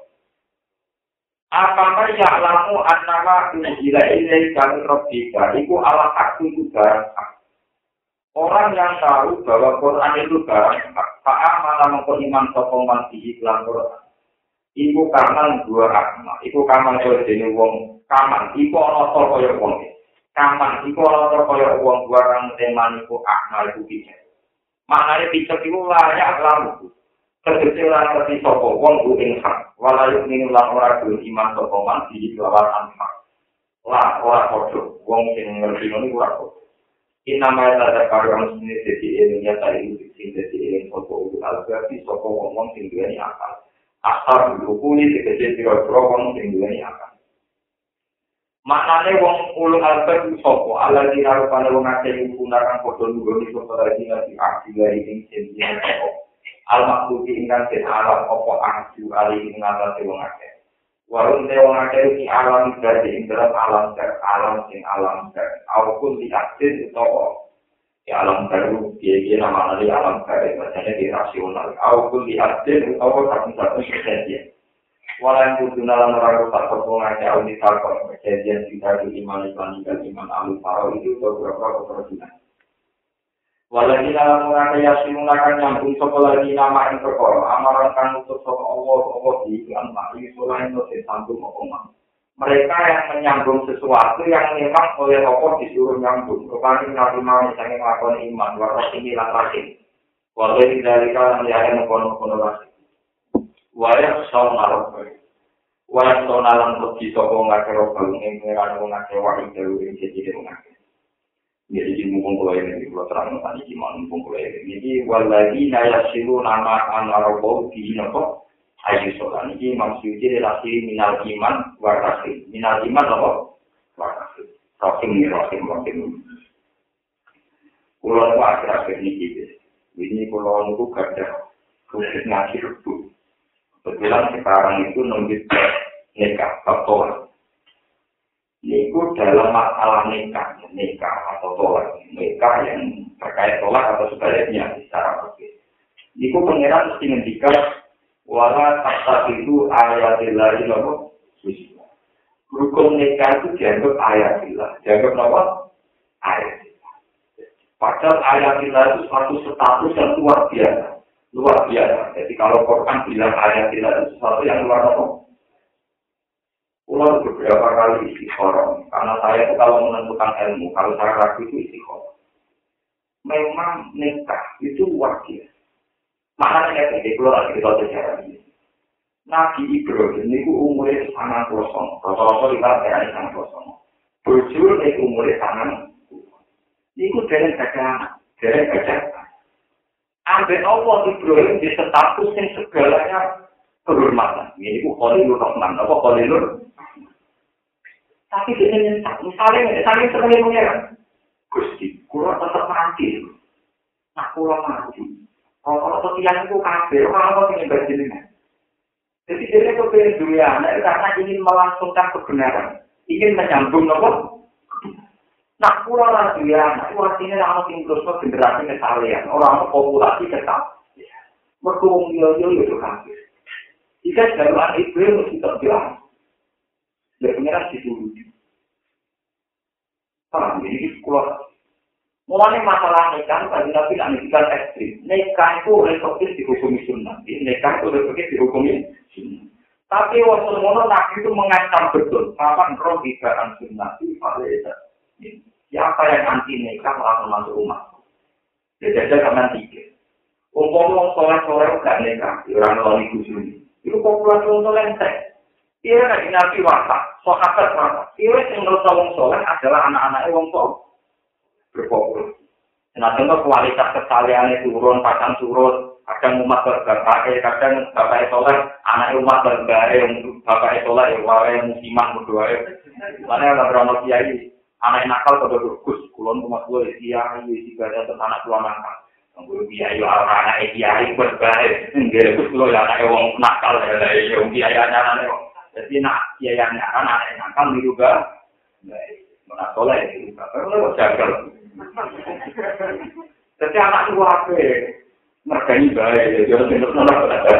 apa ya lamu annama unzila ilaika min rabbika iku ala hakku itu barang orang yang tahu bahwa Quran itu barang hak malah mengkonon sapa man di iklan Quran iku karena dua agama iku kaman kaya dene wong kaman iku ana to kaya wong kaman iku ana kaya wong barang teman iku akmal iku piye maknane piye iku layak lamu tegese lan ngerti sapa wong ku ing hak walayu ning lan ora kudu iman sapa man iki lawan hak lah ora padha wong sing ngerti ngono ora padha inama ada karang sini dadi ilmunya tadi sing dadi ilmu sapa alberti sapa wong sing duweni akal asal dukuni tegese pira-pira wong sing duweni akal Maknane wong ulul albab sapa? Allah dina rupane wong akeh gunakan padha nggone sapa lagi ngerti akil ing jenenge sapa. Al makbuti ingkang den alam apa aju ali ing ngatasi wong akeh. Warung te wong akeh iki alam berarti ing dalam alam ter alam sing alam ter. Aupun diakses utawa ya alam baru dia namanya alam baru macamnya di rasional. Aupun diakses utawa satu-satu kejadian. Walau kudu nalan orang tak pertolongan ke audit kalkon kejadian kita di iman iman dan iman alu paro itu beberapa keperluan. Walau kita nalan orang yang simulakan nyambung sekolah di nama yang perkara amaran kan untuk soal Allah Allah di iklan mari selain itu sambung omong. Mereka yang menyambung sesuatu yang memang oleh Allah disuruh nyambung. Rupanya nabi mau misalnya melakukan iman walau ini langsung. Walau dari kalian yang mengkono-kono lagi. Wayang saung narok bae. Wayang saung nalan pergi saka ngake robbal ing ngeran wong akeh wae dewe ing siji wong akeh. Jadi di mumpung kula ini kula terang tadi di mumpung kula ini. Jadi waladi nayasilu nama anarobau di napa? Ayu solan iki maksudnya relasi minal iman wa rasul. Minal iman apa? Wa rasul. Rasul ni rasul rasul. Kula nu akhir-akhir niki. Ini kula niku gadah khusus ngaji rubuh. Kebetulan sekarang itu nunggu nikah atau niku dalam masalah nikah, nikah atau tolak, nikah yang terkait tolak atau sebaliknya secara berbeda. Niku pengiran mesti ngendikan wala tak itu ayatillahi nopo bismillah. Hukum nikah itu dianggap ayatillah, dianggap nopo ayatillah. Padahal ayatillah itu suatu status yang luar biasa. Luar biasa. Jadi kalau Quran bilang ayat tidak itu sesuatu yang luar biasa. Ulang beberapa kali istikharah. Karena saya itu kalau menentukan ilmu, kalau saya ragu itu istikharah. Memang nikah itu luar biasa. Makanya saya keluar dari kita sejarah ini. Nabi Ibrahim itu umurnya sangat kosong. Kalau-kalau kita berani sangat kosong. Bujur itu umurnya sangat. Itu dari gajah, dari gajah. Ambil Allah Ibrahim di status yang segalanya kehormatan. Ini itu Khalilur Rahman. Apa Khalilur? Tapi dia nyentak. Misalnya, misalnya sering mengira. Gusti, kurang tetap mati. Nah, kurang mati. Kalau setiap itu kafir, orang-orang ingin berjadinya. Jadi dia kepengen dunia, karena ingin melangsungkan kebenaran. Ingin menyambung apa? Nah, pulau lagi ya, nah, itu artinya orang tinggal generasi kesalahan, orang populasi tetap. Berkurang yo-yo itu kan. Jika jalan itu mesti terbilang. Dia pengiran di dulu. Paham, jadi sekolah. Mulanya masalah nikah, tadi nabi nak nikah ekstrim. Nikah itu resources dihukumi sunnah. Nikah itu resources dihukumi sunnah. Tapi waktu mono nabi itu mengancam betul. Kapan roh ibaran sunnah itu pada siapa yang anti nikah langsung masuk rumah. Jadi jangan tiga. Umpama soleh-soleh gak nikah, orang loli kusuni. Itu populasi orang soleh entek. Iya kan nabi watak, sahabat watak. Iya yang menurut orang soleh adalah anak-anaknya orang soleh berpopulasi. Nah contoh kualitas kesalehannya turun, pasang surut. Kadang umat berbapaknya, kadang bapaknya soleh, anaknya umat berbapaknya, bapaknya soleh, yang musiman berdoa. Mana ada berapa kiai? Anak nakal pada berkus, kulon rumah tua kiai, jika ada anak tua nakal, Guru kiai anak kiai berbahaya. Nggak itu kalau ya anak wong nakal ya, ya wong kiai anak anak. Jadi nak kiai anak anak nakal juga. Mana soleh juga. Kalau jagal. Jadi anak tua apa? Mergani baik. Jadi benar benar.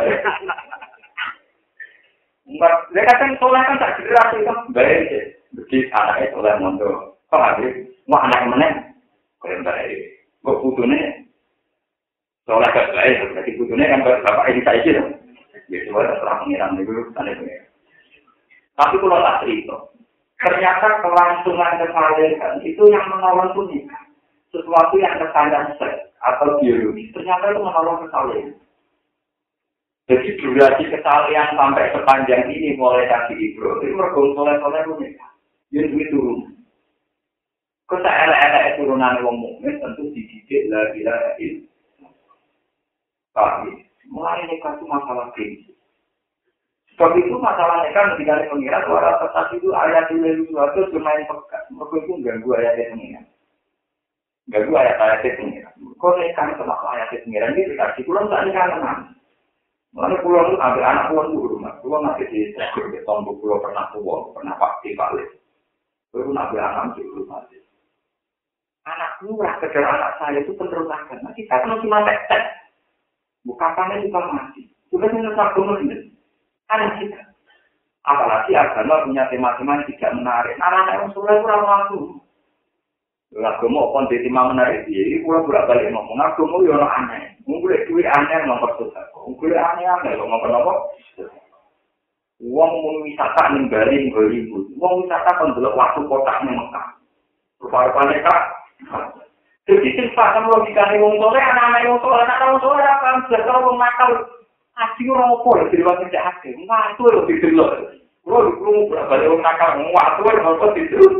Enggak, dia kata soleh kan tak generasi kan baik. Begitu anaknya soleh mondok. Paham ya? Wah anak mana? Keren baik. Kok putunya? Soalnya agak baik, berarti putunya kan bapak ini saya aja. Ya soalnya terang pengiran dulu, tanda pengiran. Tapi kalau tak cerita, ternyata kelangsungan kesalahan itu yang menolong nikah. Sesuatu yang kesalahan seks atau biologis, ternyata itu menolong kesalahan. Jadi durasi kesalahan sampai sepanjang ini mulai dari Ibrahim, itu mergong soleh-soleh nikah. Yang duit turun. Kau tak elek-elek turunan wong mukmin tentu dididik la ilaha illallah. Tapi mulai nikah itu masalah prinsip. Sebab itu masalahnya kan ketika pengiran suara kertas itu ayat itu suatu bermain pekat. Mereka itu ganggu ayat pengiran. Ganggu ayat-ayat pengiran. Kau nekan sama ayat pengiran ini dikasih pulang tak nekan. Lalu pulang itu ambil anak pulang dulu rumah. Pulang nanti di sekolah di tombol pulang pernah pulang, pernah pasti balik. Lalu ambil anak dulu mati. Anak murah kejar anak saya itu penerus agama. Kita kan cuma tek-tek. Bukan kami juga mati. Sudah menyesal kemudian. Aneh kita. Apalagi agama punya tema-tema yang tidak menarik. Anak-anak yang sudah kurang waktu. Agama pun di tema menarik. Jadi kurang bolak-balik ngomong. Agama itu aneh. Mungkin duit aneh mempersusah. Mungkin aneh-aneh kalau ngomong apa. Uang wisata ning Bali Hollywood. Uang wisata kan delok waktu kotak ning Mekah. Rupa-rupane Kak. Jadi sing paham logikane wong soleh anak-anak wong soleh anak wong soleh apa bisa wong nakal. Asli ora opo di luar kerja ake. Waktu lho didelok. Kulo kulo balik wong nakal waktu lho didelok.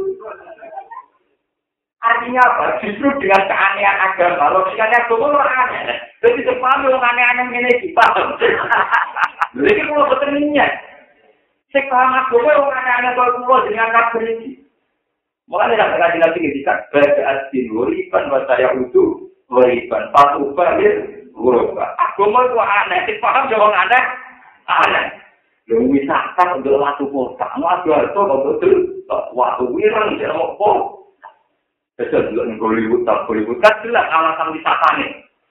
Artinya apa? Justru dengan keanehan agama, logikanya agama ora aneh. Jadi sepaham wong aneh-aneh ngene iki paham. Jadi kulo boten niat. Sing paham agama wong aneh-aneh kaya kulo dengan kabeh iki. Mulane nek kaji nabi ngendikan baca asin wuriban wa saya utuh wuriban patuba ya wuriban. Agama itu aneh, sing paham yo wong aneh. Aneh. Lho wisata untuk waktu kota, waktu itu untuk waktu wirang ya opo. Besok dulu ning Hollywood, tak Hollywood kan jelas alasan wisatane.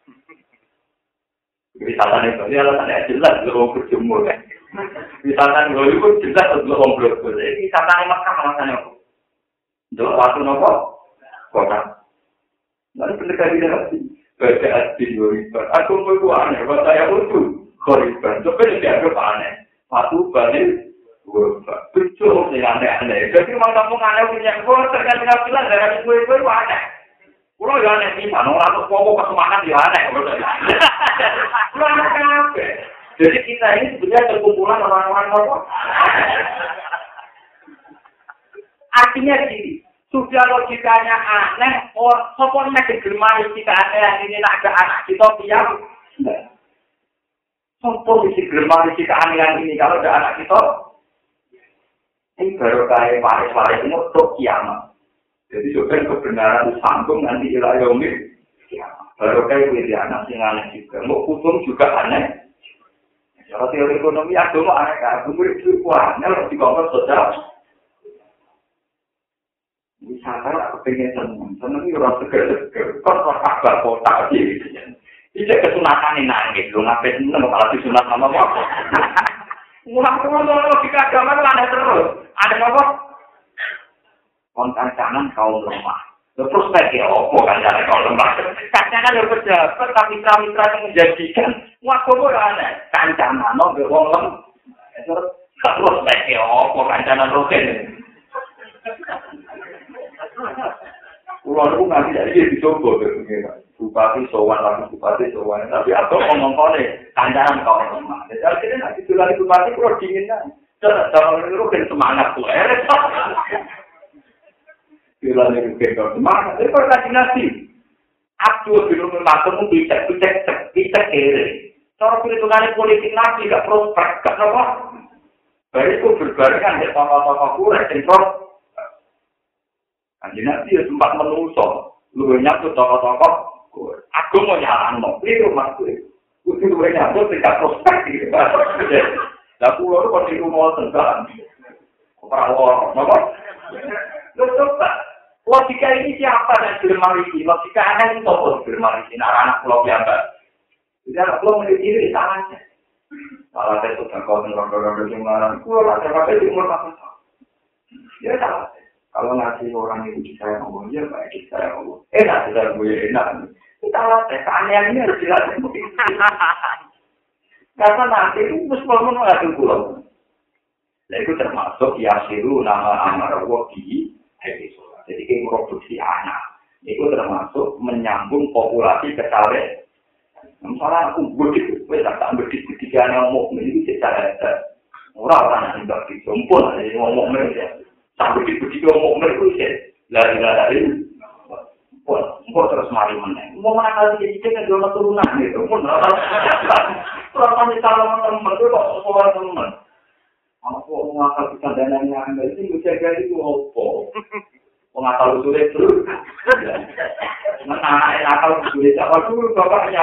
Wisatane itu alasannya jelas lo berjemur kan. Wisata Hollywood jelas lo ngobrol. Wisatane Mekah alasannya apa? Untuk waktu nopo kota. Lalu pendekatan dia lagi. Baca asli wiriban. Aku mau aneh. Baca saya utuh wiriban. Tapi dia agak aneh. Waktu balik wiriban. Betul sih aneh-aneh. Jadi memang kamu aneh punya gue tergantung bilang dari gue-gue aneh. Kulo ya aneh sih. Mana orang pokok kesemangat ya aneh. Kulo aneh kenapa? Jadi kita ini sebenarnya terkumpulan orang-orang nopo. Artinya gini, sudah logikanya aneh, orang sopornya kegemari kita aneh, ini ada anak kita piam. Sopor isi kegemari kita aneh ini, kalau ada anak kita, ini baru kayak waris-waris ini untuk kiamat. Jadi juga kebenaran sambung nanti ilayomi kiamat. Baru kayak wiri anak yang aneh juga, mau hukum juga aneh. Kalau teori ekonomi agama aneh, agama itu kuahnya harus dikongkos sosial. Wisata aku pengen seneng, seneng itu orang seger-seger. Kok orang kabar kota sih? Ini kesunatan ini nangis, lu ngapain seneng, malah disunat sama apa? Mulai-mulai logika agama itu ada terus. Ada apa? Kontancanan kaum lemah. Terus lagi apa kancanan kaum lemah? Kancanan yang berjabat, tapi mitra-mitra yang menjadikan. Wah, kok ada? Kancanan, no, berwong lemah. Terus lagi apa kancanan rutin? Pulau itu nanti jadi dicoba begini, bupati sowan lagi bupati sowan, tapi atau ngomong-ngomong kancanan kau lemah. Jadi akhirnya nanti tuh lagi bupati pulau dingin kan, jangan itu kan semangat tuh, eh, bilang itu kan semangat, tapi kalau lagi nasi, aku belum membantu bisa bisa bisa kiri, cara perhitungan politik lagi nggak prospek, nggak apa, baru itu berbarengan dengan tokoh-tokoh kurang central. Anjir nanti ya sempat menusuk, lu nyatu tokoh-tokoh, aku mau nyalan mau, ini rumah gue, gue lu nyatu tidak prospek gitu, lah pulau itu kondisi rumah tenggelam, perawat, apa? Lu coba, logika ini siapa yang bermarisi? Logika anak itu tokoh bermarisi, anak-anak pulau biasa, jadi anak pulau menjadi diri salahnya, salah saya sudah kau tenggelam-tenggelam di mana, pulau lah saya pakai di umur satu tahun, ya salah. Kalau ngasih orang itu disayang Allah, ya baik disayang Allah. Enak, disayang gue enak. Kita latih, keanehan ini harus dilatih. Karena nanti itu mesti mengatakan pulau. Nah itu termasuk yasiru nama amar wadi episode. Jadi kita produksi anak. Itu termasuk menyambung populasi kecale. Misalnya aku bedik, gue tak tak bedik ketika yang mau ini secara orang-orang yang tidak disumpul, jadi ngomong mereka. Sampai begitu mau mereka sih, lari-lari, pun, pun terus mari meneng. Mau mana kali jadi kita jual turunan gitu, pun orang masih kalau teman itu kok sekolah teman. Aku mengasal kesandanannya Anda itu menjaga itu apa? Mengasal usulnya terus. Anak nakal usulnya siapa dulu bapaknya?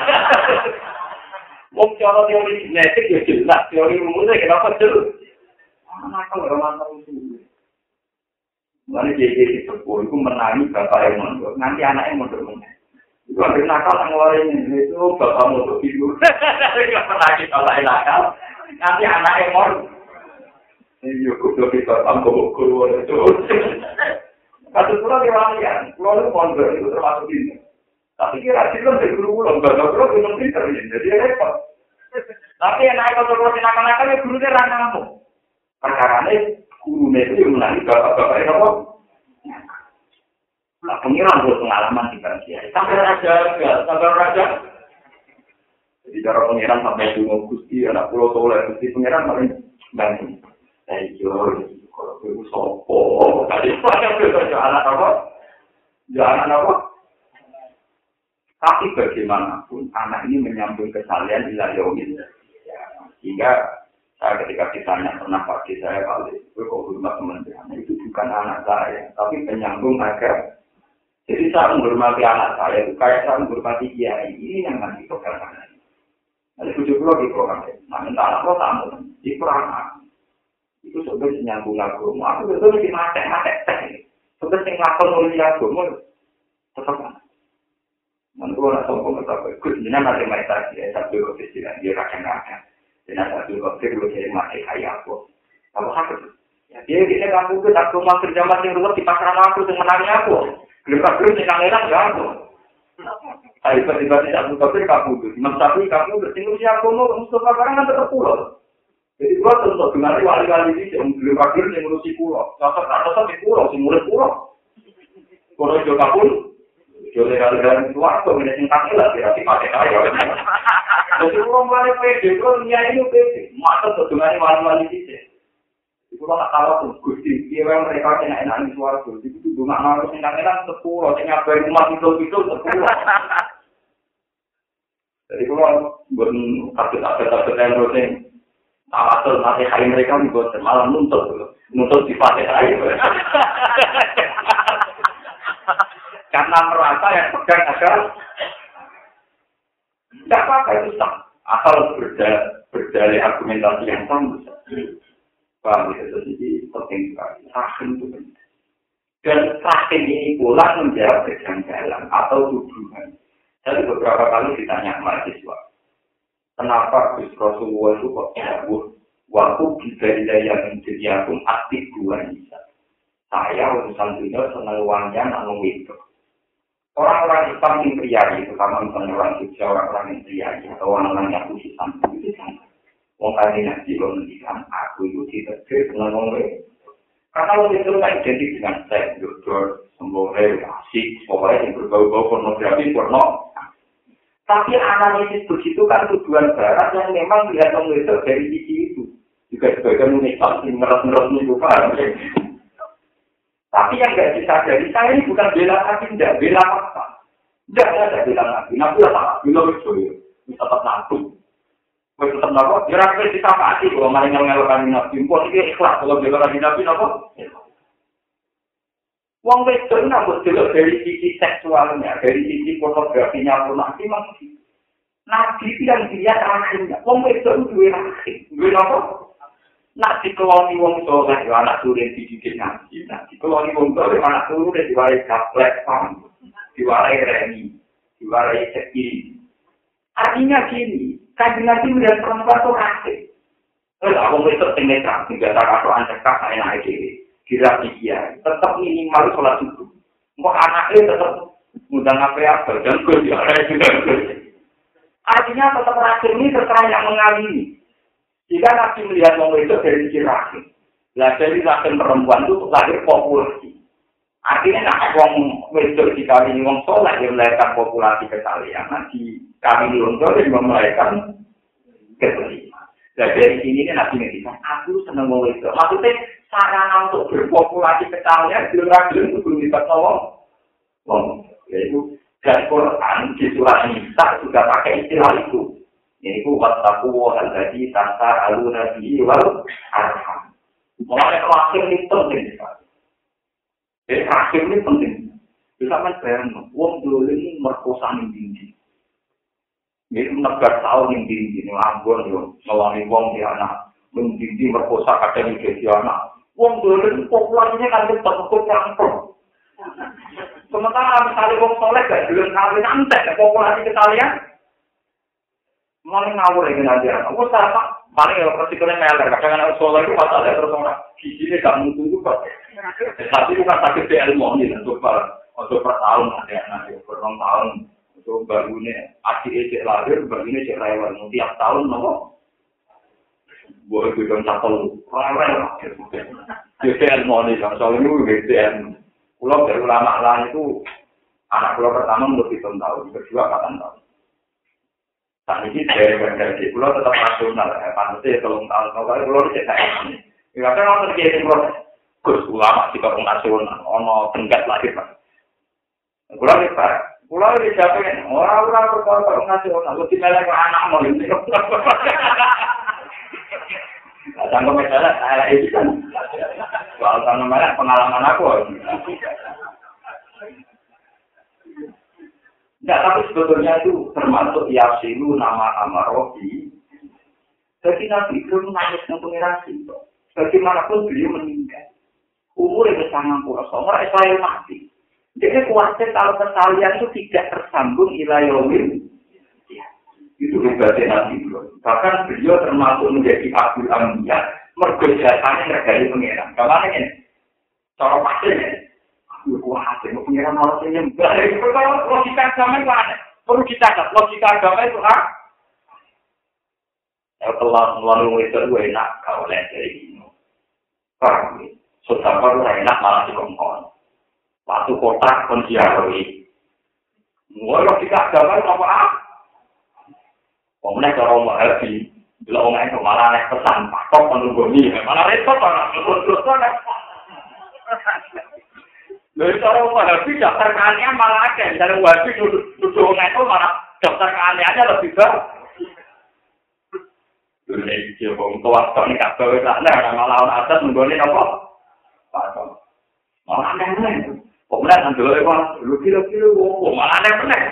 Wong cara teori genetik ya jelas, teori rumusnya kenapa terus? Nakal orang nakal usulnya. Mana jadi sepuluh itu menangi bapak yang mondok, nanti anak yang mondok mondok. Itu ada nakal yang ngeluarin itu bapak mondok itu. Nggak pernah kita lain nakal, nanti anak yang mondok. Iya, kudu kita tambah guru itu. Kasus pulau kewalian, pulau itu mondok itu termasuk ini. Tapi kira kira dari guru pulau, enggak tahu pulau belum pinter jadi repot. Tapi yang naik kalau terus nakal-nakal ya gurunya ranamu. Perkaranya gurunya itu yang menangi bapak-bapak itu apa? Nah, pengiran buat pengalaman di Bangsia. Sampai raja, enggak, sampai raja. Jadi cara pengiran sampai dungo Gusti, anak pulau soleh, Gusti pengiran paling banyak. Ayo, kalau itu sopo, tadi banyak belajar anak apa? Jangan apa? Tapi bagaimanapun anak ini menyambung kesalahan di layomin. Sehingga saya ketika ditanya pernah pagi saya kali, gue kok hormat kementerian itu bukan anak saya, tapi penyambung agar. Jadi saya menghormati anak saya itu kayak saya menghormati kiai ini yang nanti pegangan. Ada tujuh puluh di program. Nah, entah anak lo tamu di program. Itu sebenarnya nyambung agama. Aku betul mesti matek-matek teh. Sebenarnya ngakon nulis agama tetap mana. Mantu orang sombong tetap ikut. Jangan ada meditasi ya. Satu kesistiran dia kadang-kadang. Jangan satu kesistiran dia jadi matek kayak aku. Apa hak itu? Ya dia dia kamu ke tak rumah kerja masing rumah di pasaran aku yang menangi aku. Gelap-gelap yang nangis enggak aku. Ayo tiba-tiba tidak buka pun kamu itu. Mas tapi kamu bertinggal si agama Mustafa barang kan tetap pulau. Jadi gua tentu dengan wali-wali ini yang belum hadir yang ngurusi pulau. Rata-rata di pulau, si murid pulau. Pulau juga pun, jadi kalian keluar tuh menjadi kaki lah, tidak dipakai kaya. Jadi pulau mulai pede, pulau nyai itu pede. Masa tuh dengan wali-wali ini. Di pulau nak kalah pun gusti, dia memang mereka kena enak di suara tuh. Jadi itu cuma harus enak-enak sepuluh, yang ngapain rumah itu-itu sepuluh. Jadi pulau buat kasus-kasus yang rutin. Awasul masih hari mereka juga malam nuntut, nuntut di pasir air. Karena merasa yang pegang agar tidak apa-apa itu sah. Asal berda, berdalih argumentasi yang sama. Paham ya, jadi penting sekali. Rahim itu penting. Dan rahim ini pula menjawab kejanggalan atau tuduhan. Jadi beberapa kali ditanya mahasiswa. Kenapa Gus Rasulullah itu kok jauh? Waktu kita yang menjadi aku aktif dua nisa. Saya urusan dunia senang uangnya namun itu. Orang-orang Islam yang pria itu, sama misalnya orang Jogja, orang-orang yang pria atau orang-orang yang khusus sampai itu sama. Wong kali nanti lo mendikan aku itu tidak dengan orang lain. Karena lo itu kan identik dengan seks, dokter, sembore, asik, pokoknya yang berbau-bau pornografi, porno. Tapi analisis begitu kan tujuan barat yang memang melihat mengejar dari sisi itu. Juga sebagian unikal, meres-meres itu paham. Tapi yang tidak disadari, saya ini bukan bela hati, tidak bela fakta. Tidak ada bela hati. Nabi apa? Bila betul, bisa tetap nabi. Bisa tetap nabi. Dia rakyat disapati kalau malah yang ngelakkan nabi. Impor ini ikhlas kalau bela lagi nabi, apa? Wong wedok nambah delok dari sisi seksualnya, dari sisi pornografinya pun nanti masih. Nabi itu yang dilihat rahimnya. Wong wedok itu duwe rahim. Duwe apa? Nak dikeloni wong soleh, anak turun dididik nabi. Nak dikeloni wong soleh, anak turun diwarai gaplek, diwarai remi, diwarai sekiri. Artinya gini, kanjeng Nabi melihat perempuan itu rahim. Kalau wong wedok tinggal tak, tinggal tak atau anjekah saya naik diri. Kira dia tetap minimal sholat subuh. Mau anaknya tetap mudah apa-apa dan gue diarahkan juga. Artinya tetap rahim ini terserah yang mengalami. Jika Nabi melihat orang itu dari sisi rahim, lah dari rahim perempuan itu lahir populasi. Artinya nak orang wedok dikawini orang soleh yang melahirkan populasi kesalahan. Nanti kami lontor yang melahirkan kesalahan. Nah dari sini Nabi ngerti, aku senang orang wedok. Maksudnya sarana untuk berpopulasi kecalnya belum-belum itu belum dapat nolong. Yaitu dan Quran di surat Nisa juga pakai istilah itu. Yaitu wattaku alladzi tasaaluna bihi wal arham. Mulai rahim ini penting sekali. Jadi rahim ini penting. Bisa kan bayang, wong dulu ini merkosa yang tinggi. Jadi menegar tahun yang tinggi, ini ambon yo, ngelani wong di anak, mentinggi merkosa kadang di anak. Wong dulu ini populasinya kan tetap-tetap campur. Sementara misalnya wong soleh gak belum kawin antek, populasi kita lihat. Mulai ngawur ya nanti anak. Aku sama, paling ya resikonya meler. Kadang-kadang soleh itu masalah terus orang giginya gak mutu juga. Tapi itu kan sakit di ilmu ini, untuk untuk per tahun ada nanti per enam tahun untuk barunya adik ejek lahir, barunya ejek rewel. Tiap tahun nopo, boleh bidang satu rewel. Jadi ilmu ini, soalnya itu gitu ya. Pulau dari ulama lain itu anak pulau pertama umur tujuh tahun, kedua delapan tahun. Saat ini dari dari pulau tetap rasional, ya pantasnya tolong tahun. Kalau pulau itu tidak ini. Jika kan orang terjadi proses, gus ulama di kampung nasional, ono tenggat lahir pak. Pulau ini pak, pulau ini siapa yang orang-orang berkata kampung nasional, lu tinggal ke anak mau ini. Tanggung misalnya saya ini kan, soal tanggung merah pengalaman aku. Enggak, tapi sebetulnya itu termasuk yasilu nama amarobi. Jadi Nabi itu nangis dengan pengirasi. Bagaimanapun beliau meninggal. Umurnya bersangang puluh tahun, Israel mati. Jadi khawatir kalau kesalian itu tidak tersambung ilayawil. Itu hebatnya Nabi beliau. Bahkan beliau termasuk menjadi Abdul Amiyah. Mergojasanya ngergai pengiran. Bagaimana ini? Cara pasirnya. Wah, hasilnya pengiran orang yang baik. Kalau logika agama itu ada. Perlu dicatat. Logika agama itu ada. Ya telah melalui itu enak. Kau lihat dari ini. Paham? Sudah baru enak malah dikongkong. Waktu kota pun diarui. Mulai logika agama itu apa? Kemudian cara orang happy, bila orang itu malah naik pesan, pakok menunggu malah repot orang, terus-terus kan. Dari cara orang happy, daftar keanehan malah ada. Dari orang happy, duduk orang itu malah daftar keanehannya lebih besar. Jadi, dia orang tua, kalau ini tak bawa sana, malah orang atas menunggu ini apa? Pakok. Malah aneh-aneh. Kemudian, dulu itu, lu-lu-lu, malah aneh-aneh.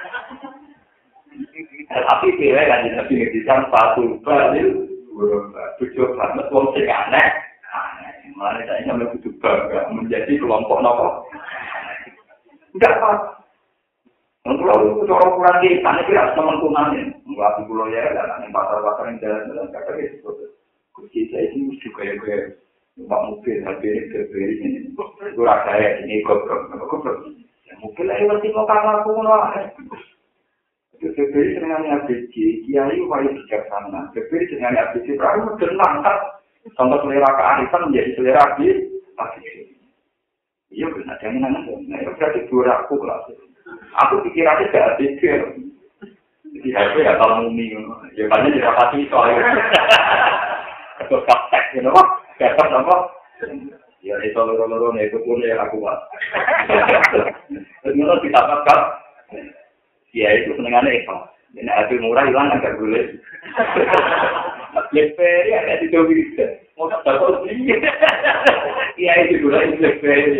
Tapi kira kan Nabi ngertikan satu balil, tujuh banget wong sing aneh, malah saya ingin lebih bangga menjadi kelompok nopo. Enggak apa. Kalau itu orang kurang di sana kira teman kumanin, nggak pulau ya, dan pasar-pasar yang jalan-jalan kata gitu. Kunci saya ini juga ya kayak numpak mobil, habis berberi ini, kurang saya ini goblok, goblok. Mungkin lagi masih mau kamar aku nolak. Berbeda dengan A B C, kiai upaya bijaksana. Berbeda dengan A B C, perahu tenang kan. Contoh selera kearifan menjadi selera A B C. Iya benar, jangan nangis. Nah, itu berarti dua aku lah. Aku pikirannya ke A B C. Jadi H P ya kalau mumi. Ya banyak dirapati soalnya. Ketua kaptek, you know. Kaptek apa? Ya itu loro-loro itu pun ya aku buat. Terus menurut kita apa? Ya itu senengannya itu. Ini hasil murah hilang agak boleh. Blackberry ada di Tobi. Mau tak tahu sih. Iya itu dulu itu Blackberry.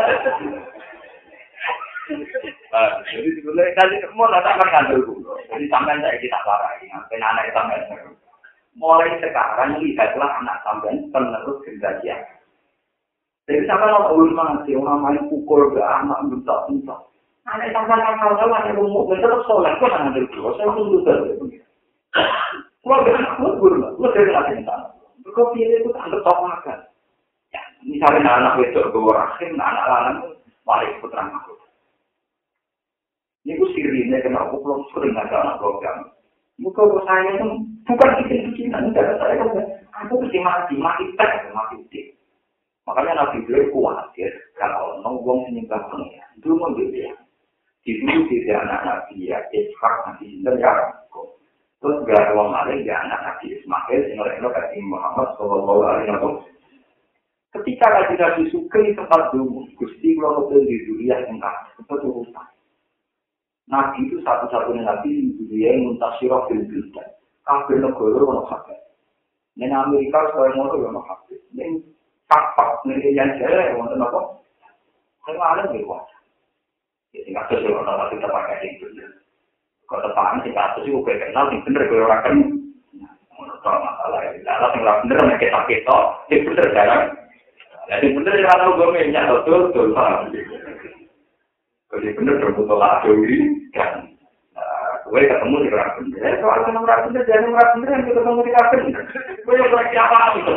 Jadi sebenarnya tadi mau datang kantor dulu. Jadi sampai saya kita parahi. Sampai anak sampai mulai sekarang lihatlah anak sampai penerus generasi. Jadi sampai orang ulama sih orang main pukul ke anak bentak-bentak. Anak sampai kalau ada umur terus soleh, kau jangan terus, saya tunggu terus. Kalau dengan aku guru, lu dari lagi sana. Kau pilih itu tak bertok makan. Ya, misalnya anak itu gue rahim, anak lanang balik putra aku. Ini gue sirinya kena aku belum sering ada anak program. Muka saya itu bukan bikin-bikinan, tidak saya aku mesti mati, mati tek, mati tek. Makanya Nabi beliau khawatir kalau nongkrong menyembah pengira, itu membeda. Di dulu tidak anak Nabi ya, Ishak Nabi Sinten ya Rabbul. Terus gak ada orang lain ya anak Nabi Ismail, sehingga itu kata Muhammad Sallallahu Alaihi Wasallam. Ketika Nabi Nabi Sugeng tempat dulu, Gusti kalau mau di dunia yang tak seperti urusan. Nabi itu satu-satunya Nabi di dunia yang muntasyirah fil bildan. kabeh negara ono hak. Ning Amerika koyo ngono yo ono hak. Ning fakta ning yang jare wonten apa? Kalau ada di luar, jadi nggak sesuai orang kita pakai itu. Kalau tepat sih nggak sesuai gue kenal sih bener gue orang kan, menurut masalah ya. Kalau sih nggak bener mereka kita kita, itu bener jarang. Jadi bener kalau gue mainnya betul betul paham. Jadi bener terbutuh lah teori kan. Gue ketemu di orang bener, soal ketemu orang bener jadi orang bener yang ketemu di orang bener. Gue yang lagi apa itu?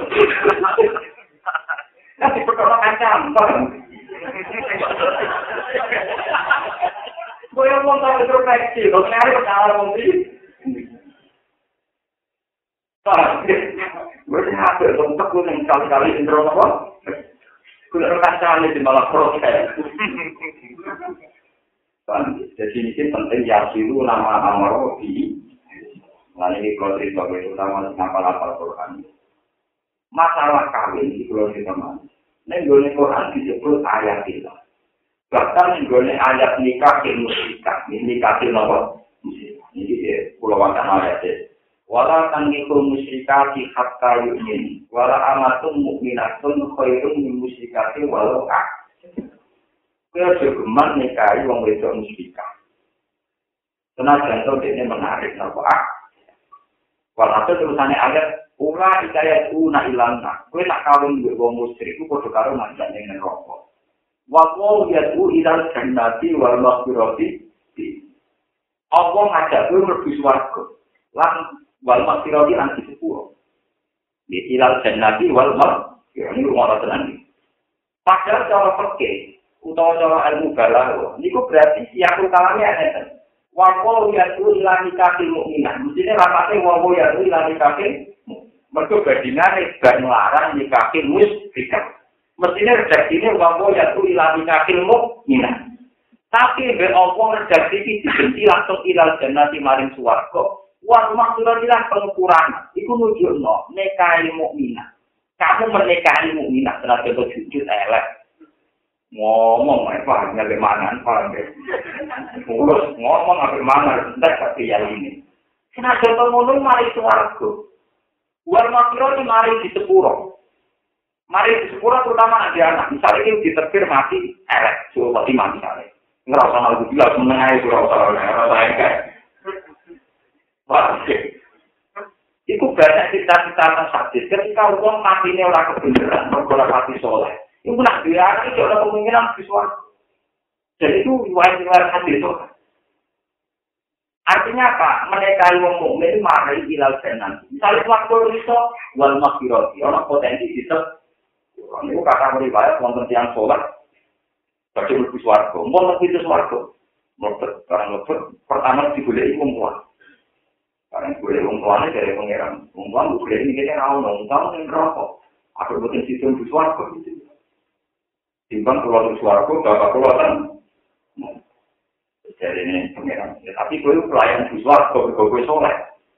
Nanti berdoa macam gue yang mau tahu introspeksi, lo nyari perkara mungkin. Gue sih hampir untuk gue yang kali-kali intro apa? Gue rekan kali di malah proses. Jadi ini penting ya silu nama amaro di. Nah ini kalau cerita gue utama ngapal-ngapal Quran. Masalah kawin di kalau cerita mana? Nek gone Quran disebut ayat itu. Bahkan gone ayat nikah musyrikah, nikah nopo? Iki kula wacan ayat e. Wala tangiku musyrikati hatta yu'min. Wala amatum mukminatun khairum min musyrikati walau ak. Kaya jogeman nikahi wong wedok musyrikah. Tenajan to dene menarik nopo ak. Walhasil terusane ayat ula ikayat una ilana. Kowe tak kawin mbek wong musyrik ku padha karo ngajak ning neraka. Wa qul yatu ilal jannati wal maghfirati. Apa ngajak kowe mlebu swarga. Lan wal maghfirati lan disepuro. Di ilal jannati wal maghfirati ini ora tenan. Padahal cara fikih utawa cara ilmu balaghah niku berarti siapul kalame enten. Wa qul yatu ilal nikahil mukminah. Mestine rapate wa qul yatu ilal nikahil mergo badinane ban larang nikahin musyrikah. Mestine redaksine wong ya tu ilami nikahin mukminah. Tapi be opo redaksi iki dibenci langsung ilal jannati maring swarga. Wa maksudnya pengukuran iku nunjukno nikahi mukminah. Kamu menikahi mukminah senajan jujur elek. Ngomong ae paham ngene mangan paham deh. Terus ngomong apa mangan entek tapi ya ini. Senajan ngono mari swarga. Wal makro itu mari di sepuro. Mari di sepuro terutama anak anak. Misalnya ini diterbir mati, elek. Suruh mati mati misalnya. Ngerasa nggak gila, menengah itu ngerasa ngerasa enggak. Wah, oke. Itu banyak cerita-cerita tentang sadis. Ketika orang matinya orang kebenaran, orang mati soleh. Itu nak dia anak itu ada kemungkinan visual. Jadi itu riwayat-riwayat hadis itu. Artinya apa? Menikahi wong mukmin mari ilal jannah. Misalnya waktu itu wal maghfirati, ana potensi disebut. Niku kata riwayat wonten tiyang salat badhe mlebu swarga. Mun mlebu swarga, mlebet barang mlebet pertama digoleki wong tuwa. Barang digoleki wong tuwane dari pangeran. Wong tuwa digoleki ngene ra ono, wong tuwa ning neraka. Aku boten sida mlebu swarga. Timbang kula mlebu swarga, bapak kula ten jadi ini pengiran. Ya, tapi gue pelayan visual, gue gue soleh.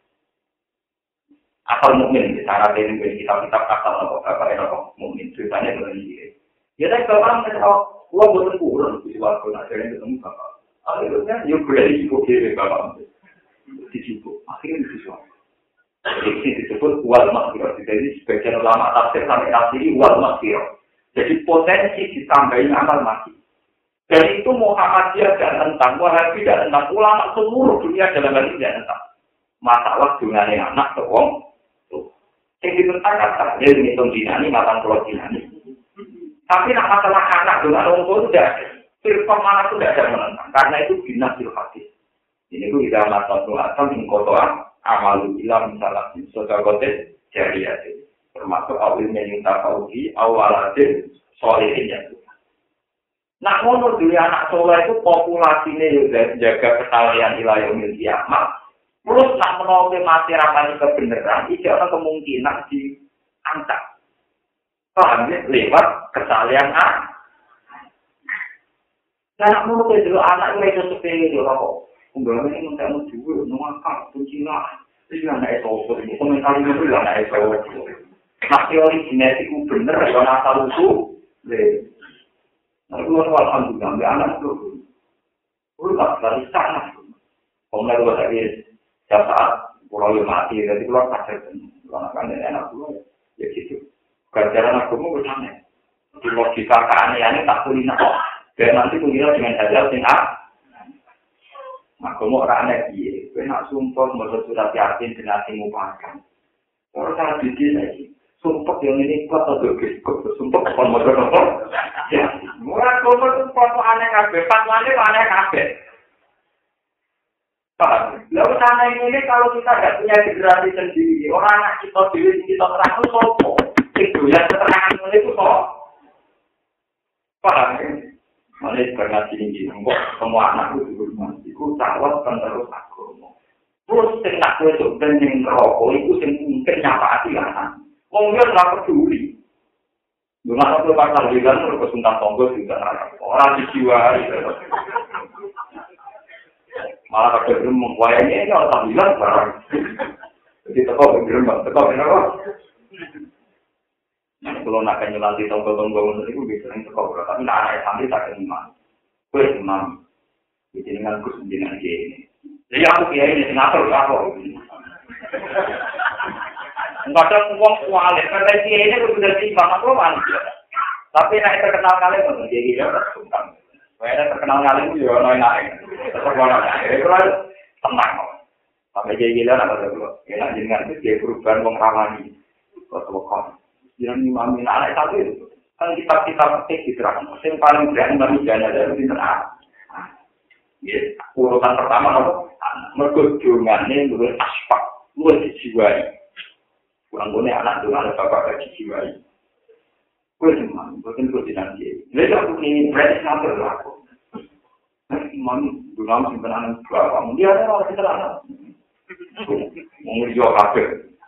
Asal mukmin, cara dari kitab-kitab asal atau apa yang apa mukmin ceritanya begini. Ya tapi kalau orang tahu, gue bukan kurang visual, gue nak jadi ketemu bapak. Akhirnya, yuk berani cukup diri bapak. Dicukup, akhirnya visual. Jadi ini disebut wal maghfirah. Jadi sebagian ulama tafsir sampai tafsir wal maghfirah. Jadi potensi ditambahin amal mati. Dan itu Muhammadiyah dan tentang Wahabi dan tentang ulama seluruh dunia dalam hal ini dan tentang masalah dunia anak doang. Yang ditentangkan tak ada hitung dinani, matang pulau dinani. Tapi nak masalah anak dengan orang tua itu tidak ada. Firman mana itu tidak ada menentang. Karena itu binasil hadis. Ini itu tidak matang atau mengkotoran amalu ilah misalnya sodagotes jariyah. Termasuk awil menyinta kauhi awalatin solihin yang nah, menurut dunia anak soleh itu populasinya juga jaga kesalahan ilayah kiamat. Plus, nak menolak mati rapani kebenaran, itu ada kemungkinan diangkat. Paham ya? Lewat kesalahan anak. Nah, nak menolak itu anak itu sepele itu apa? Kumpulan ini tidak mau juga, nongakak, kuncilah. Itu yang anak itu, komentar itu yang anak itu. Nah, teori genetik itu benar, kalau asal usul. Nah, itu alhamdulillah, ambil anak itu. Udah, dari sana. Kemudian gue tadi, saat Pulau yang mati, jadi pulau kacer. Pulau kan enak pulau ya gitu. Ganjaran agama itu aneh. Di logika keanehannya tak kulina. Dan nanti kulina dengan hajal sing ah. Agama orang aneh dia. Kau nak sumpah menurut surat yakin dengan sing mupakan. Orang cara bikin lagi. Sumpah yang ini kuat atau geskop. Sumpah kon modal apa? Ya. Murah agama itu foto aneh kabeh. Fatwanya aneh kabeh. Paham? Lalu sana ini kalau kita tidak punya generasi sendiri, orang anak kita diri kita terang itu sopo. Itu yang keterangan itu sopo. Paham? Mana karena tinggi, kok semua anak itu berumah, itu calon penerus agama. Terus tidak besok dan yang rokok itu mungkin nyapa hati anak. Mungkin nggak peduli. Dengan apa pasal juga terus kesuntan tonggo juga orang dijiwai. Malah pada gerem wayangnya ini orang bilang barang. Jadi teko gerem, teko kenapa? Nah, kalau nak nyulanti tonggo-tonggo itu bisa sering teko, tapi nak anak santri tak kenal. Kue imam, jadi dengan kus dengan dia ini. Jadi aku kiai ini ngatur apa? Kadang uang kualit, karena kiai ini sudah imam aku manusia. Tapi nak terkenal kali pun jadi dia tersumbang. Saya terkenal kali itu ya naik-naik. Tetap naik. Itu kan tenang. Sampai jadi gila nak kata dulu. Enak jenengan itu dia perubahan wong ramani. Kata wakon. Jangan imamin anak satu itu. Kan kitab-kitab petik diterang. Yang paling berani manusia ada di tengah. Ya, urutan pertama apa? Mergojungannya menurut aspek. Menurut dijiwai. Kurang-kurangnya anak itu ada bapak dijiwai. Gue cuma, bukan gue tidak dia. Jadi aku ini berarti sampai berlaku. Imam dulu nama simpenan berapa? Dia ada orang sederhana. Mengurus kafe.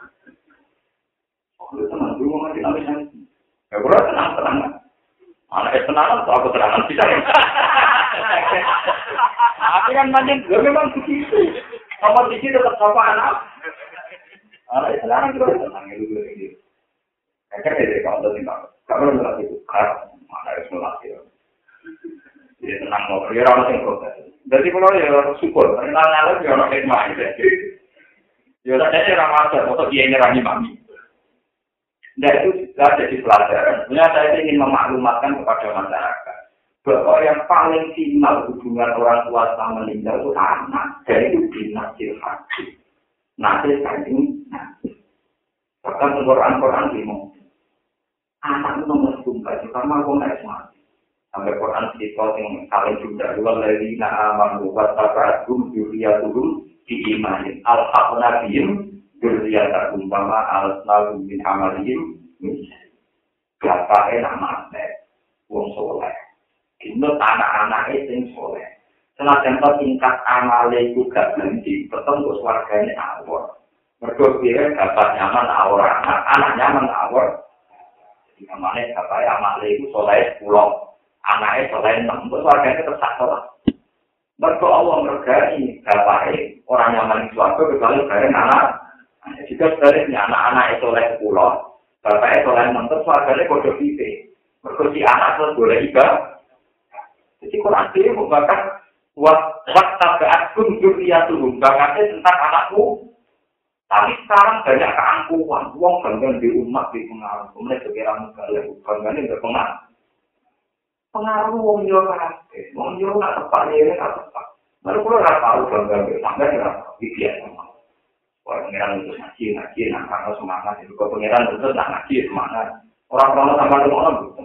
Aku tenang dulu ngasih nama saya. Ya gue tenang tenang. Anak es tenang, aku tenang bisa. Tapi kan macam gue memang begitu. Sama di sini tetap sama anak. Anak es tenang juga tenang itu gue gitu. Kayak dari kawan tadi bang. Kalau nggak itu, kan mana harus melatih. Dia tenang mau, dia orang yang protes. Jadi kalau ya syukur, karena nyala dia orang yang main. Ya ada orang master, atau dia nyerang mami. Dan itu sudah jadi pelajaran. Sebenarnya saya ingin memaklumatkan kepada masyarakat bahwa yang paling final hubungan orang tua sama meninggal itu anak. Dan itu dinasir hati. Nasir kandung. Bahkan Quran-Quran dimong. Anak nomor tunggal juga mau naik mati. Sampai Quran kita yang saling juga dua lagi na amanu wa tabatum dzurriyyatuhum bi imanin al-haqna bihim dzurriyyatuhum bama al-nalu min amalihim siapa enak mati wong soleh itu anak-anak itu soleh senajan to tingkat amale iku gak ganti ketemu swargane awor mergo dia dapat nyaman awor anak nyaman awor namanya apa ya anak itu soleh pulau anaknya soleh enam terus warganya tersakit lah mereka Allah mergani bapaknya orang nyaman di suatu kecuali bareng anak jika sebaliknya anak-anak soleh pulau bapaknya soleh enam terus warganya bodoh gitu mereka si anak terus boleh ibadah jadi Quran ini membakar waktu keagung dunia turun bakatnya tentang anakku. Tapi sekarang banyak keangkuhan, uang bangga di umat di pengaruh, kemudian sekiranya bangga bangga ini berpengaruh. Pengaruh uang jual kafe, uang jual nggak tepat ini nggak tepat. Lalu kalau nggak tahu bangga bangga nggak tahu, biasa sama. Kalau pengiran itu ngaji ngaji, nah karena semangat itu, kalau pengiran itu nggak ngaji semangat. Orang-orang sama orang bukan,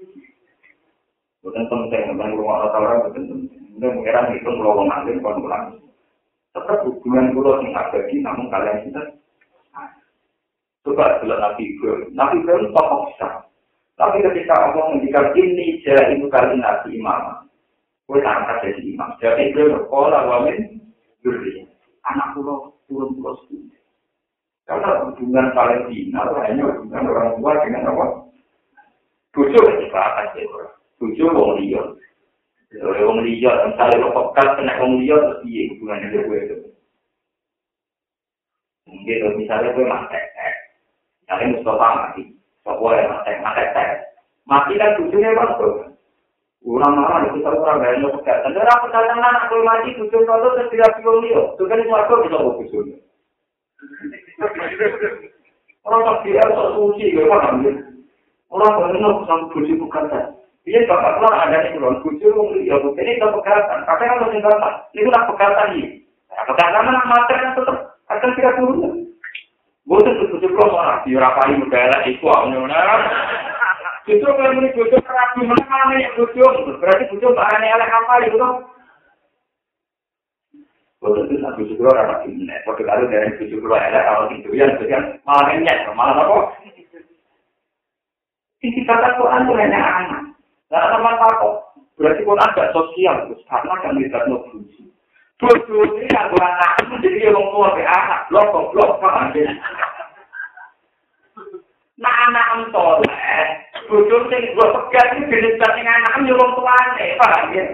bukan penting, bukan orang-orang bukan penting. Kemudian pengiran itu kalau ngaji bukan pulang. Tetap hubungan pulau yang abadi, namun kalian kita coba bilang Nabi Ibrahim. Nabi Ibrahim tokoh besar. Tapi ketika Allah menjadikan ini jadi itu kali Nabi Imam, gue angkat jadi imam. Jadi Ibrahim berkola wamin berdiri. Anak pulau turun pulau sepuluh. Karena hubungan paling final hanya hubungan orang tua dengan apa? Tujuh ketika atas itu. Tujuh wong liya. Kalau orang liya, misalnya lo pekat kena orang liya, terus iya hubungannya dengan gue itu. Mungkin misalnya gue mati, misalnya Mustafa mati, Sopo yang mati, mati, mati kan tujuhnya bagus. Orang marah itu tahu orang lain lo pekat. Dan orang pekat anak gue mati tujuh tahun terus tidak bilang liya, itu kan suatu bisa bagus. Orang tak kira sok suci, ya paham ya. Orang benar sama bujuk bukan kan. Iya bapak keluar ada nih kulon bujuk, ya ini kita pegatan. Katanya kalau tinggal itu nak pegatan ini. Pegatan mana materi yang tetap akan kita turun. Bosan bujuk keluar orang diurapai negara itu awalnya. Justru kalau ini bujuk terapi mana mana yang bujuk, berarti bujuk bahannya oleh apa itu dong? Bosan itu satu bujuk keluar apa ini? Waktu lalu dari bujuk keluar ada awal itu yang sekian malah nyet, malah apa? Sisi kata Quran itu hanya anak. Nah, teman apa? Berarti Quran agak sosial, karena kan melihat no bujuk. Bujuk ini kan anak, jadi orang tua ke anak, blok blok paham ya? Nah anak soleh, bujuk sing gua pegat ini jenis sing anak nyolong tuane, paham ya?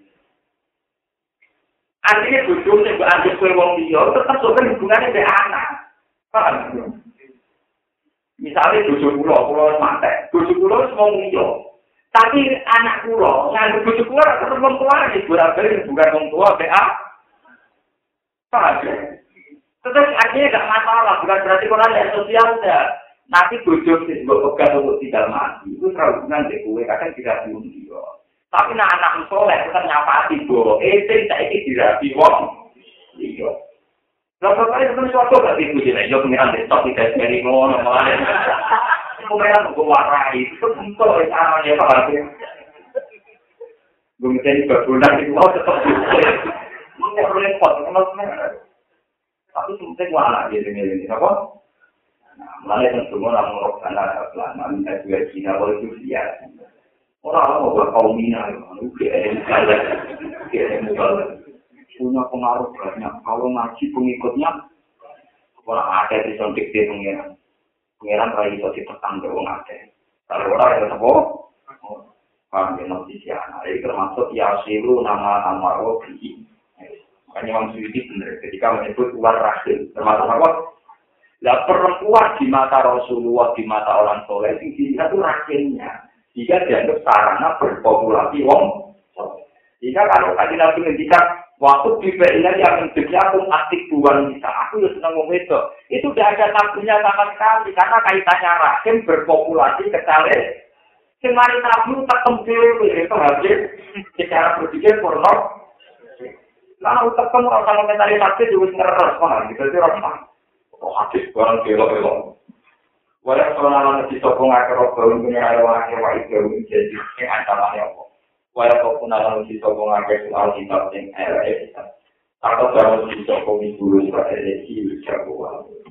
Artinya bujuk sing gua anggap kowe wong liya tetep sopan hubungannya dengan anak. Paham ya? Misalnya bujuk kula, kula mate, bujuk kula wis wong liya. Tapi anak kula nganggep bujuk kula tetep wong tuane, berarti bukan wong tua B A. Paham ya? Tetap artinya enggak masalah, bukan berarti Quran yang sosial enggak. Nanti bujuk sih, gue pegang untuk tidak mati. Itu terhubungan deh, gue kadang tidak diundi dia. Tapi nah anak soleh, tetap nyapati bahwa eh, saya ini dirapi wong. Iya. Lalu kali itu suatu gak tipu sih, yo pengiran desktop tidak dari ngono, malah. Pengiran gue warai, itu bentuk caranya apa lagi? Gue misalnya berbulan itu mau tetap diundi. Mungkin perlu repot, kenal sebenarnya. Tapi sebenarnya gue anak dia dengan ini, apa? Mulai tentu orang merokok anak selama minta juga Cina boleh juga orang mau buat kaum Mina, oke, oke, punya pengaruh banyak. Kalau ngaji pengikutnya, orang ada di sontik dia pengiran, pengiran lagi so ditekan ke orang ada. Kalau orang yang tahu, paham ya nanti siapa? Ini termasuk Yasiru nama nama Robi. Makanya Imam Suyuti benar ketika menyebut luar rahim, termasuk apa? Lah perempuan di mata Rasulullah, di mata orang soleh, itu itu rahimnya. Jika dianggap sarana berpopulasi wong. Jika kalau tadi Nabi ngendikan waktu di Bailah yang hidupnya pun aktif buang bisa, aku ya senang ngomong itu. Itu tidak ada tabunya sama sekali karena kaitannya rahim berpopulasi kecale. Semari tabu tertentu itu habis secara berpikir porno. Lalu tekan orang kalau mentari sakit juga ngeres mana gitu sih orang. Oh, hadis barang kelok-kelok. Walau kalau nanti sokong akar orang punya orang yang wajib baru jadi yang antaranya apa? Walau kalau nanti sokong akar soal kitab yang L S, atau kalau nanti sokong itu soal L S, jago